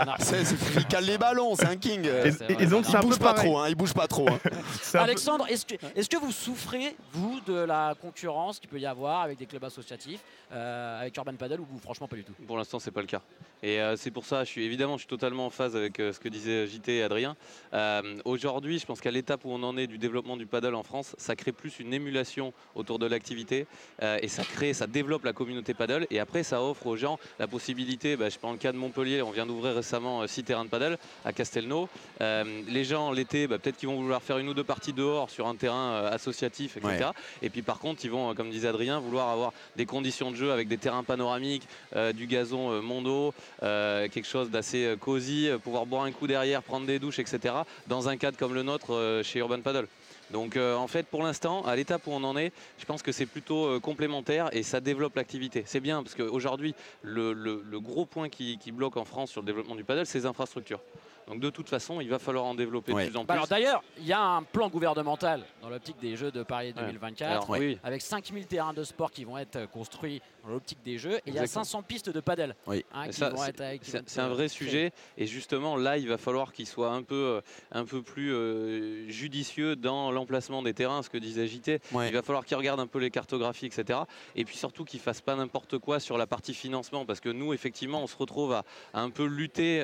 Il cale les ballons, c'est un king. Et donc c'est un peu pareil. Il bouge pas trop. Alexandre, est-ce que vous souffrez, vous, de la concurrence qu'il peut y avoir avec des clubs associatifs, avec Urban Paddle, ou franchement pas du tout? Pour l'instant, c'est pas le cas. Et c'est pour ça, je suis totalement en phase avec ce que disaient JT et Adrien. Aujourd'hui, je pense qu'à l'étape où on en est du développement du paddle en France, ça crée plus une émulation autour de l'activité et ça développe la communauté paddle. Et après, ça offre aux gens la possibilité, je prends le cas de Montpellier, on vient d'ouvrir récemment 6 terrains de paddle à Castelnau. Les gens, l'été, peut-être qu'ils vont vouloir faire 1 ou 2 parties dehors sur un terrain associatif, etc. Ouais. Et puis par contre, ils vont, comme disait Adrien, vouloir avoir des conditions de jeu avec des terrains panoramiques, du gazon mondo, quelque chose d'assez cosy, pouvoir boire un coup derrière, prendre des douches, etc. dans un cadre comme le nôtre chez Urban Paddle. Donc en fait, pour l'instant, à l'étape où on en est, je pense que c'est plutôt complémentaire et ça développe l'activité. C'est bien parce qu'aujourd'hui, le gros point qui bloque en France sur le développement du paddle, c'est les infrastructures. Donc de toute façon, il va falloir en développer de plus en plus. Alors d'ailleurs, il y a un plan gouvernemental dans l'optique des Jeux de Paris 2024, avec 5000 terrains de sport qui vont être construits dans l'optique des Jeux, et il y a 500 pistes de paddle. C'est un vrai sujet, et justement là, il va falloir qu'il soit un peu plus judicieux dans l'emplacement des terrains, ce que disait JT. Il va falloir qu'il regarde un peu les cartographies, etc. Et puis surtout qu'il ne fasse pas n'importe quoi sur la partie financement, parce que nous, effectivement, on se retrouve à un peu lutter,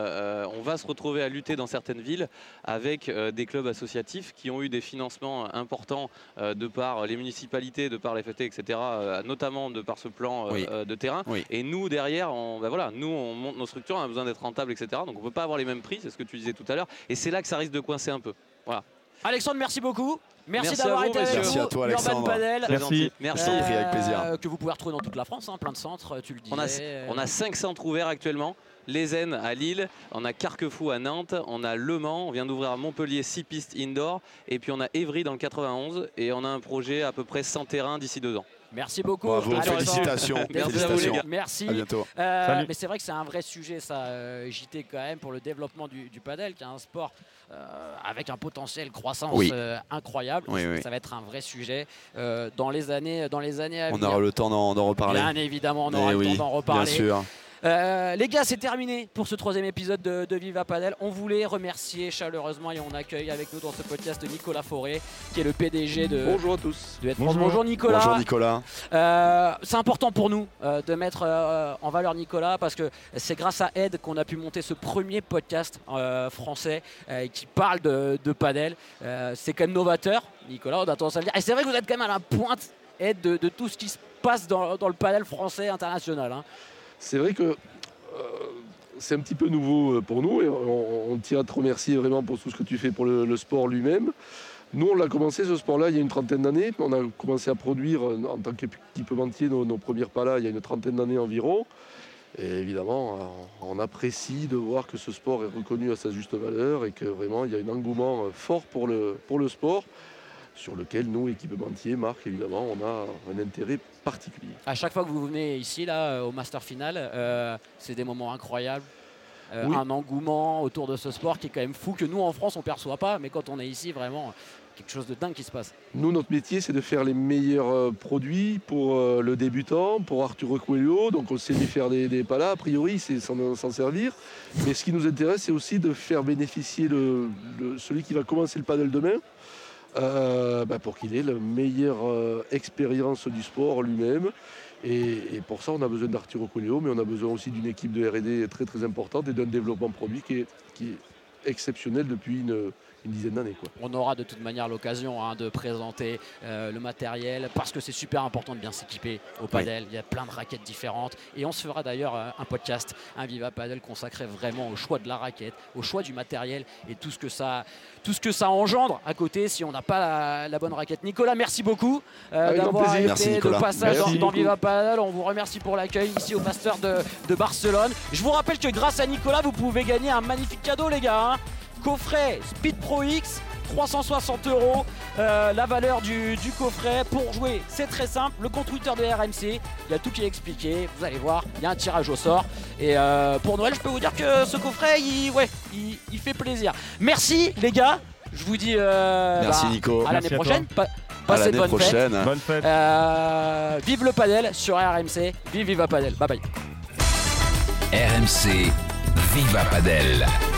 on va se retrouver à lutter dans certaines villes avec des clubs associatifs qui ont eu des financements importants de par les municipalités, de par les FFT, etc., notamment de par ce plan de terrain. Et nous, derrière, on monte nos structures, on a besoin d'être rentable, etc. Donc on ne peut pas avoir les mêmes prix, c'est ce que tu disais tout à l'heure. Et c'est là que ça risque de coincer un peu. Voilà. Alexandre, merci beaucoup. Merci d'avoir été avec nous. Merci à toi, Alexandre. Urban Paddle. Merci. Avec plaisir. Que vous pouvez retrouver dans toute la France, plein de centres, tu le disais. On a 5 centres ouverts actuellement. Les Aisnes à Lille, on a Carquefou à Nantes, on a Le Mans, on vient d'ouvrir à Montpellier 6 pistes indoor, et puis on a Évry dans le 91, et on a un projet à peu près 100 terrains d'ici 2 ans. Merci beaucoup. Bravo, félicitations. Merci à vous, les gars. Merci. À bientôt. Mais c'est vrai que c'est un vrai sujet, ça, JT, quand même, pour le développement du paddle, qui est un sport avec un potentiel croissance incroyable. Ça va être un vrai sujet dans les années à venir. On aura le temps d'en reparler. Bien évidemment, on aura le temps d'en reparler. Bien sûr. Les gars, c'est terminé pour ce 3e épisode de Viva Paddle. On voulait remercier chaleureusement et on accueille avec nous dans ce podcast Nicolas Fauré, qui est le PDG de... Bonjour à tous. Bonjour Nicolas. Bonjour Nicolas. C'est important pour nous de mettre en valeur Nicolas, parce que c'est grâce à Ed qu'on a pu monter ce premier podcast français qui parle de paddle. C'est quand même novateur, Nicolas, on a tendance à le dire. Et c'est vrai que vous êtes quand même à la pointe, Ed, de tout ce qui se passe dans le paddle français international. C'est vrai que c'est un petit peu nouveau pour nous et on tient à te remercier vraiment pour tout ce que tu fais pour le sport lui-même. Nous, on l'a commencé ce sport-là il y a une trentaine d'années. On a commencé à produire en tant qu'équipementier nos premières palas il y a une trentaine d'années environ. Et évidemment, on apprécie de voir que ce sport est reconnu à sa juste valeur et que vraiment il y a un engouement fort pour le sport, sur lequel nous, équipementiers, marques, évidemment, on a un intérêt particulier. À chaque fois que vous venez ici, là, au Master Final, c'est des moments incroyables. un engouement autour de ce sport qui est quand même fou, que nous en France on perçoit pas, mais quand on est ici, vraiment quelque chose de dingue qui se passe. Nous, notre métier, c'est de faire les meilleurs produits pour le débutant, pour Arturo Coelho. Donc on sait lui faire des palas, a priori, c'est s'en servir. Mais ce qui nous intéresse, c'est aussi de faire bénéficier celui qui va commencer le paddle demain, pour qu'il ait la meilleure expérience du sport lui-même. Et pour ça, on a besoin d'Arturo Coelho, mais on a besoin aussi d'une équipe de R&D très très importante et d'un développement produit qui est exceptionnel depuis une dizaine d'années. On aura de toute manière l'occasion de présenter le matériel, parce que c'est super important de bien s'équiper au paddle. Il y a plein de raquettes différentes, et on se fera d'ailleurs un podcast, un Viva Paddle consacré vraiment au choix de la raquette, au choix du matériel et tout ce que ça engendre à côté si on n'a pas la bonne raquette. Nicolas, merci beaucoup d'avoir été de passage dans Viva Paddle. On vous remercie pour l'accueil ici au Master de Barcelone. Je vous rappelle que grâce à Nicolas, vous pouvez gagner un magnifique cadeau, les gars. Coffret Speed Pro X, 360 €, la valeur du coffret. Pour jouer, c'est très simple, le compte Twitter de RMC, il y a tout qui est expliqué, vous allez voir, il y a un tirage au sort. Et pour Noël, je peux vous dire que ce coffret, il fait plaisir. Merci les gars, je vous dis merci Nico. À l'année prochaine. Passez de bonnes fêtes. Bonne fête. Vive le paddle sur RMC, vive Viva Paddle, bye bye. RMC Viva Paddle.